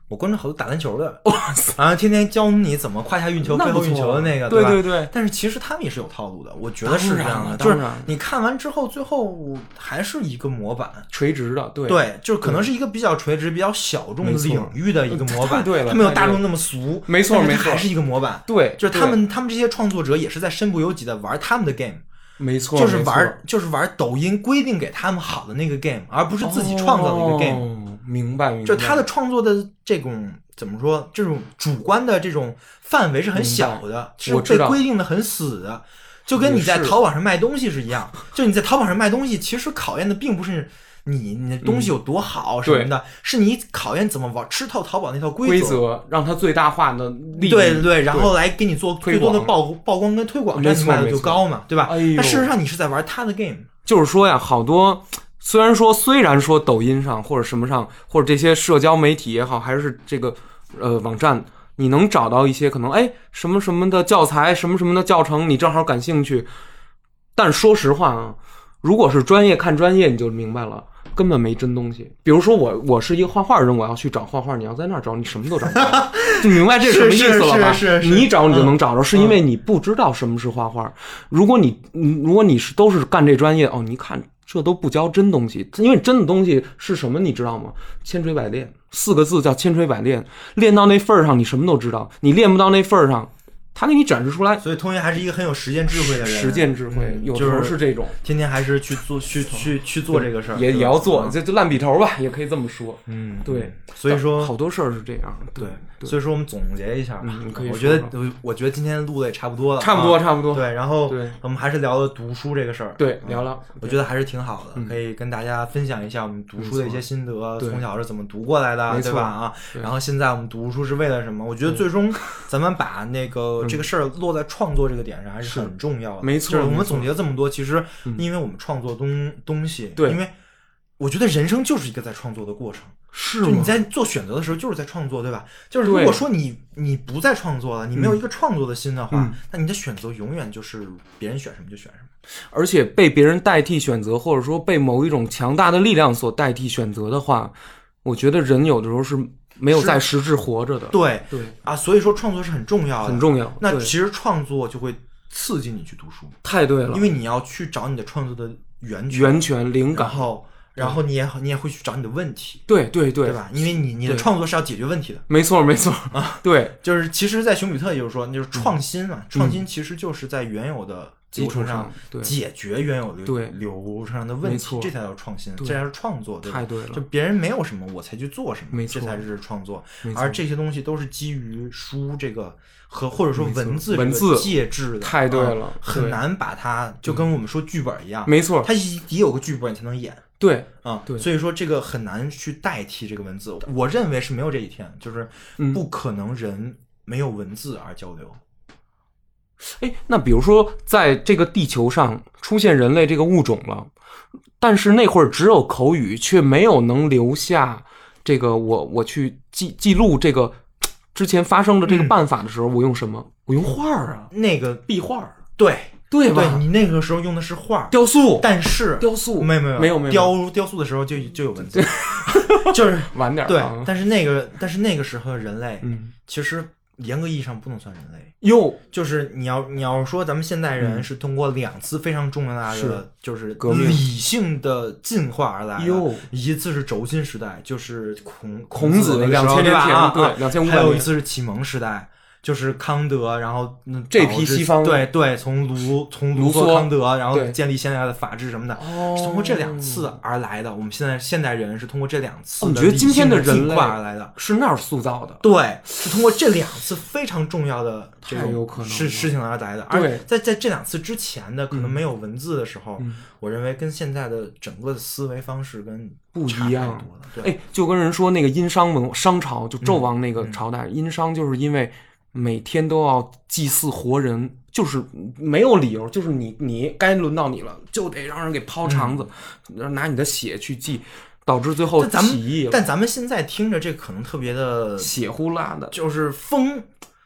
我关注好多打篮球的，然后天天教你怎么胯下运球、背后运球的那个，吧？
对对对。
但是其实他们也是有套路的，我觉得是这样的，就是你看完之后，最后还是一个模板，
垂直的，对
对，就是可能是一个比较垂直、比较小众领域的一个模板，
对了，
他没有大众那么俗，
没错没错，
还是一个模板，
对，
就是他们这些创作者也是在身不由己的玩他们的 game。
没错，
就是玩抖音规定给他们好的那个 game， 而不是自己创造的一个 game。
明白。
就他的创作的这种怎么说，这种主观的这种范围是很小的，是被规定的很死的。就跟你在淘宝上卖东西是一样，就你在淘宝上卖东西，其实考验的并不是你的东西有多好什么的，是你考验怎么玩吃透淘宝那套规
则，让它最大化的利益。
对对，然后来给你做最多的曝光跟推广，这样你卖的就高嘛，对吧？但事实上你是在玩他的 game。
就是说呀，好多虽然说抖音上或者什么上，或者这些社交媒体也好，还是这个网站，你能找到一些可能什么什么的教材，什么什么的教程，你正好感兴趣。但说实话啊，如果是专业看专业，你就明白了。根本没真东西。比如说我是一个画画人，我要去找画画，你要在那儿找，你什么都找不到。就明白这是什么意思了吧？
是
你找你就能找着，是因为你不知道什么是画画。如果你都是干这专业，你看这都不教真东西，因为真的东西是什么你知道吗？千锤百炼，4个字叫千锤百炼。练到那份儿上，你什么都知道；你练不到那份儿上，他给你展示出来。
所以通爷还是一个很有实践智慧的人，
实践智慧，有时候是这种，
天天还是去做这个事儿，
也要做，就烂笔头吧，也可以这么说。对，
所以说
好多事儿是这样。对，
所以说我们总结一下吧。
可以，
我觉得今天录的也差不多了，
差不多。
对，然后我们还是聊了读书这个事儿。
对，聊聊，
我觉得还是挺好的，可以跟大家分享一下我们读书的一些心得，从小是怎么读过来的，对吧？然后现在我们读书是为了什么？我觉得最终咱们把那个这个事儿落在创作这个点上还是很重要的。
没错，
就是我们总结了这么多，其实因为我们创作东西，对，因为我觉得人生就是一个在创作的过程。
是，
就你在做选择的时候就是在创作，对吧？就是如果说你不再创作了，你没有一个创作的心的话，那你的选择永远就是别人选什么就选什么。
而且被别人代替选择，或者说被某一种强大的力量所代替选择的话，我觉得人有的时候是没有在实质活着的。
对啊，所以说创作是很重要的，
很重要。
那其实创作就会刺激你去读书。
太对了，
因为你要去找你的创作的源
泉灵感，
然后你也会去找你的问题。
对
吧？因为你的创作是要解决问题的。
没错啊，对，
就是其实在熊彼特就是说，就是创新嘛，创新其实就是在原有的
基础上
解决原有的流程上的问题，这才叫创新，这才是创作，对吧？
太对了，
就别人没有什么，我才去做什么，
这
才是创作。而这些东西都是基于书这个或者说文字介质的，
太对了，
很难把它就跟我们说剧本一样，
没错，
它也有个剧本你才能演。
对，
所以说这个很难去代替这个文字。我认为是没有这一天，就是不可能人没有文字而交流。
那比如说在这个地球上出现人类这个物种了，但是那会儿只有口语，却没有能留下这个我去记录这个之前发生的这个办法的时候，我用什么？我用画啊，
那个
壁画。
对吧？你那个时候用的是画
雕塑，
但是
雕塑
没
有
雕塑的时候就有文字，就是
晚点。
对，但是那个时候的人类，其实严格意义上不能算人类。就是你要说咱们现代人是通过2次非常重要的就是理性的进化而来的，一次是轴心时代，就是孔子
2000年前，对，2500年，
还有一次是启蒙时代。就是康德，然后
这批西方
对，从卢梭、康德，然后建立现在的法治什么的，是通过这2次而来的。我们现代人是通过这2次的理性的进化而来的，
是那儿塑造的。
对，是通过这2次非常重要的这种
可能
事情而来的。而在这2次之前的可能没有文字的时候，我认为跟现在的整个的思维方式跟
不一样。
对，
就跟人说那个殷商朝，就纣王那个朝代，殷商就是因为每天都要祭祀活人，就是没有理由，就是你该轮到你了，就得让人给抛肠子，拿你的血去祭，导致最后起义了。
但咱们现在听着这可能特别的
血呼啦的，
就是疯，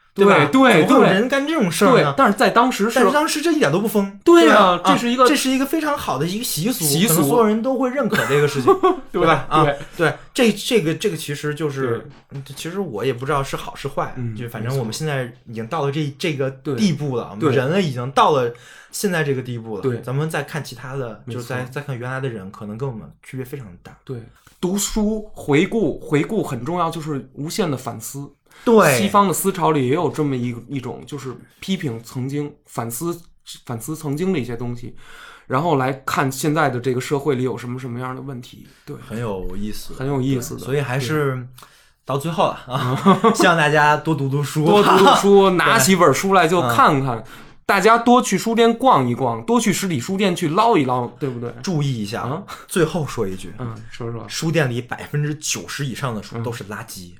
对吧？
对，
怎么会有人干这种事儿呢？
但是在当时
这一点都不疯。
对
啊，
这是
一个非常好的一个习俗，可能所有人都会认可这个事情，对吧？对，这个其实就是，其实我也不知道是好是坏，就反正我们现在已经到了这个地步了，我们人类已经到了现在这个地步了。对，咱们再看其他的，就再看原来的人，可能跟我们区别非常大。
对，读书回顾很重要，就是无限的反思。
对，
西方的思潮里也有这么一种，就是批评曾经，反思曾经的一些东西，然后来看现在的这个社会里有什么样的问题。对，
很有意思，
很有意思的。
所以还是到最后了啊，希望大家多读书，
多读书，拿起本书来就看看。大家多去书店逛一逛，多去实体书店去捞一捞，对不对？
注意一下啊！最后说一句，
说，
书店里90%以上的书都是垃圾。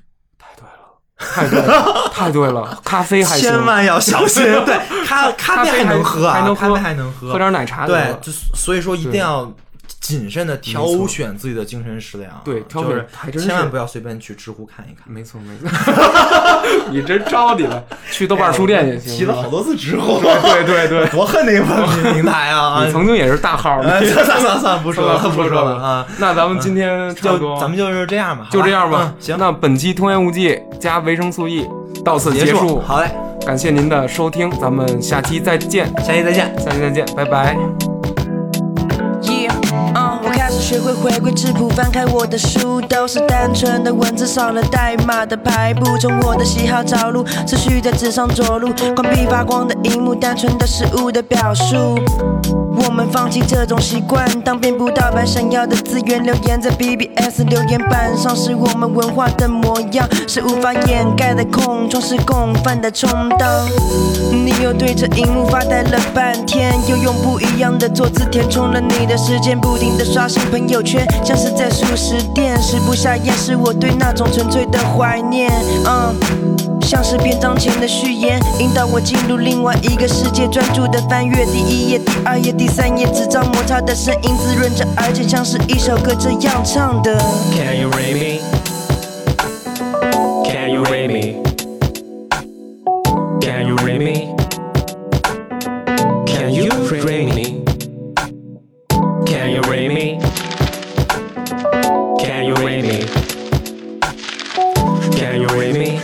太对了，咖啡还行，
千万要小心。对，咖啡还能喝啊，咖啡还能喝，
喝点奶茶。
对，所以说一定要谨慎的挑选自己的精神食粮。
对，挑选还真是
千万不要随便去知乎看一看。
没错。你真着急了，去豆瓣书店也行。
提了好多次知乎。
对，
多恨那个平台啊！
你曾经也是大号。
算不说了啊。
那咱们今天
咱们就是这样吧，
就这样吧。
行，
那本期通言无忌加维生素 E 到此结束。
好嘞，
感谢您的收听，咱们下期再见，拜拜。
我开始学会回归质朴，翻开我的书，都是单纯的文字，少了代码的排布。从我的喜好找路，持续在纸上着陆，关闭发光的荧幕，单纯的事物的表述。我们放弃这种习惯，当遍布盗版闪耀的资源留言在 BBS 留言板上，是我们文化的模样，是无法掩盖的空窗，是共犯的充当。你又对着荧幕发呆了半天，又用不一样的坐姿填充了你的时间，不停地刷新朋友圈，像是在速食店，食不下咽，是我对那种纯粹的怀念。像是篇章前的序言，引导我进入另外一个世界，专注的翻阅第1页、第2页、第3页，纸张摩擦的声音滋润着，而且像是一首歌这样唱的。
Can you read me? Can you read me? Can you read me? Can you read me? Can you read me? Can you read me? Can you read me?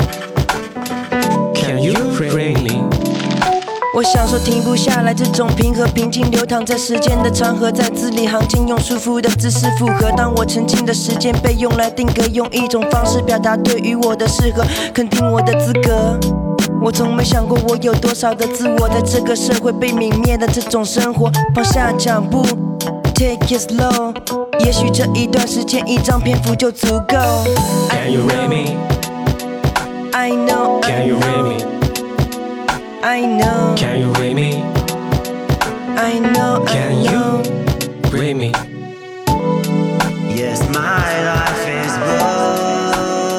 Can you read me?
我享受停不下来这种平和平静，流淌在时间的长河，在字里行间用舒服的姿势复合。当我沉浸的时间被用来定格，用一种方式表达对于我的适合，肯定我的资格。我从没想过我有多少的自我，在这个社会被泯灭的这种生活，放下脚步 Take it slow， 也许这一段时间一张篇幅就足够。
Can you read me?
I know
Can you read me?
I know
Can you read me?
I know
Can you read me?
Yes, my life is blue.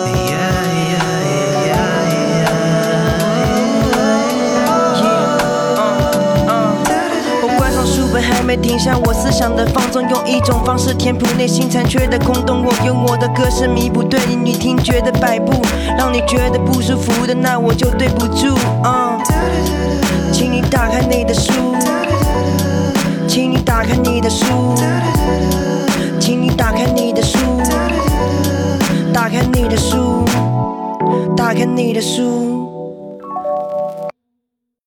Yeah.
我关上书本还没停下我思想的放纵，用一种方式填补内心残缺的空洞。我用我的歌声弥补对你听觉的摆布，让你觉得不舒服的，那我就对不住。请你打开你的书，请你打开你的书，请你打开你的书，打开你的书，打开你的书。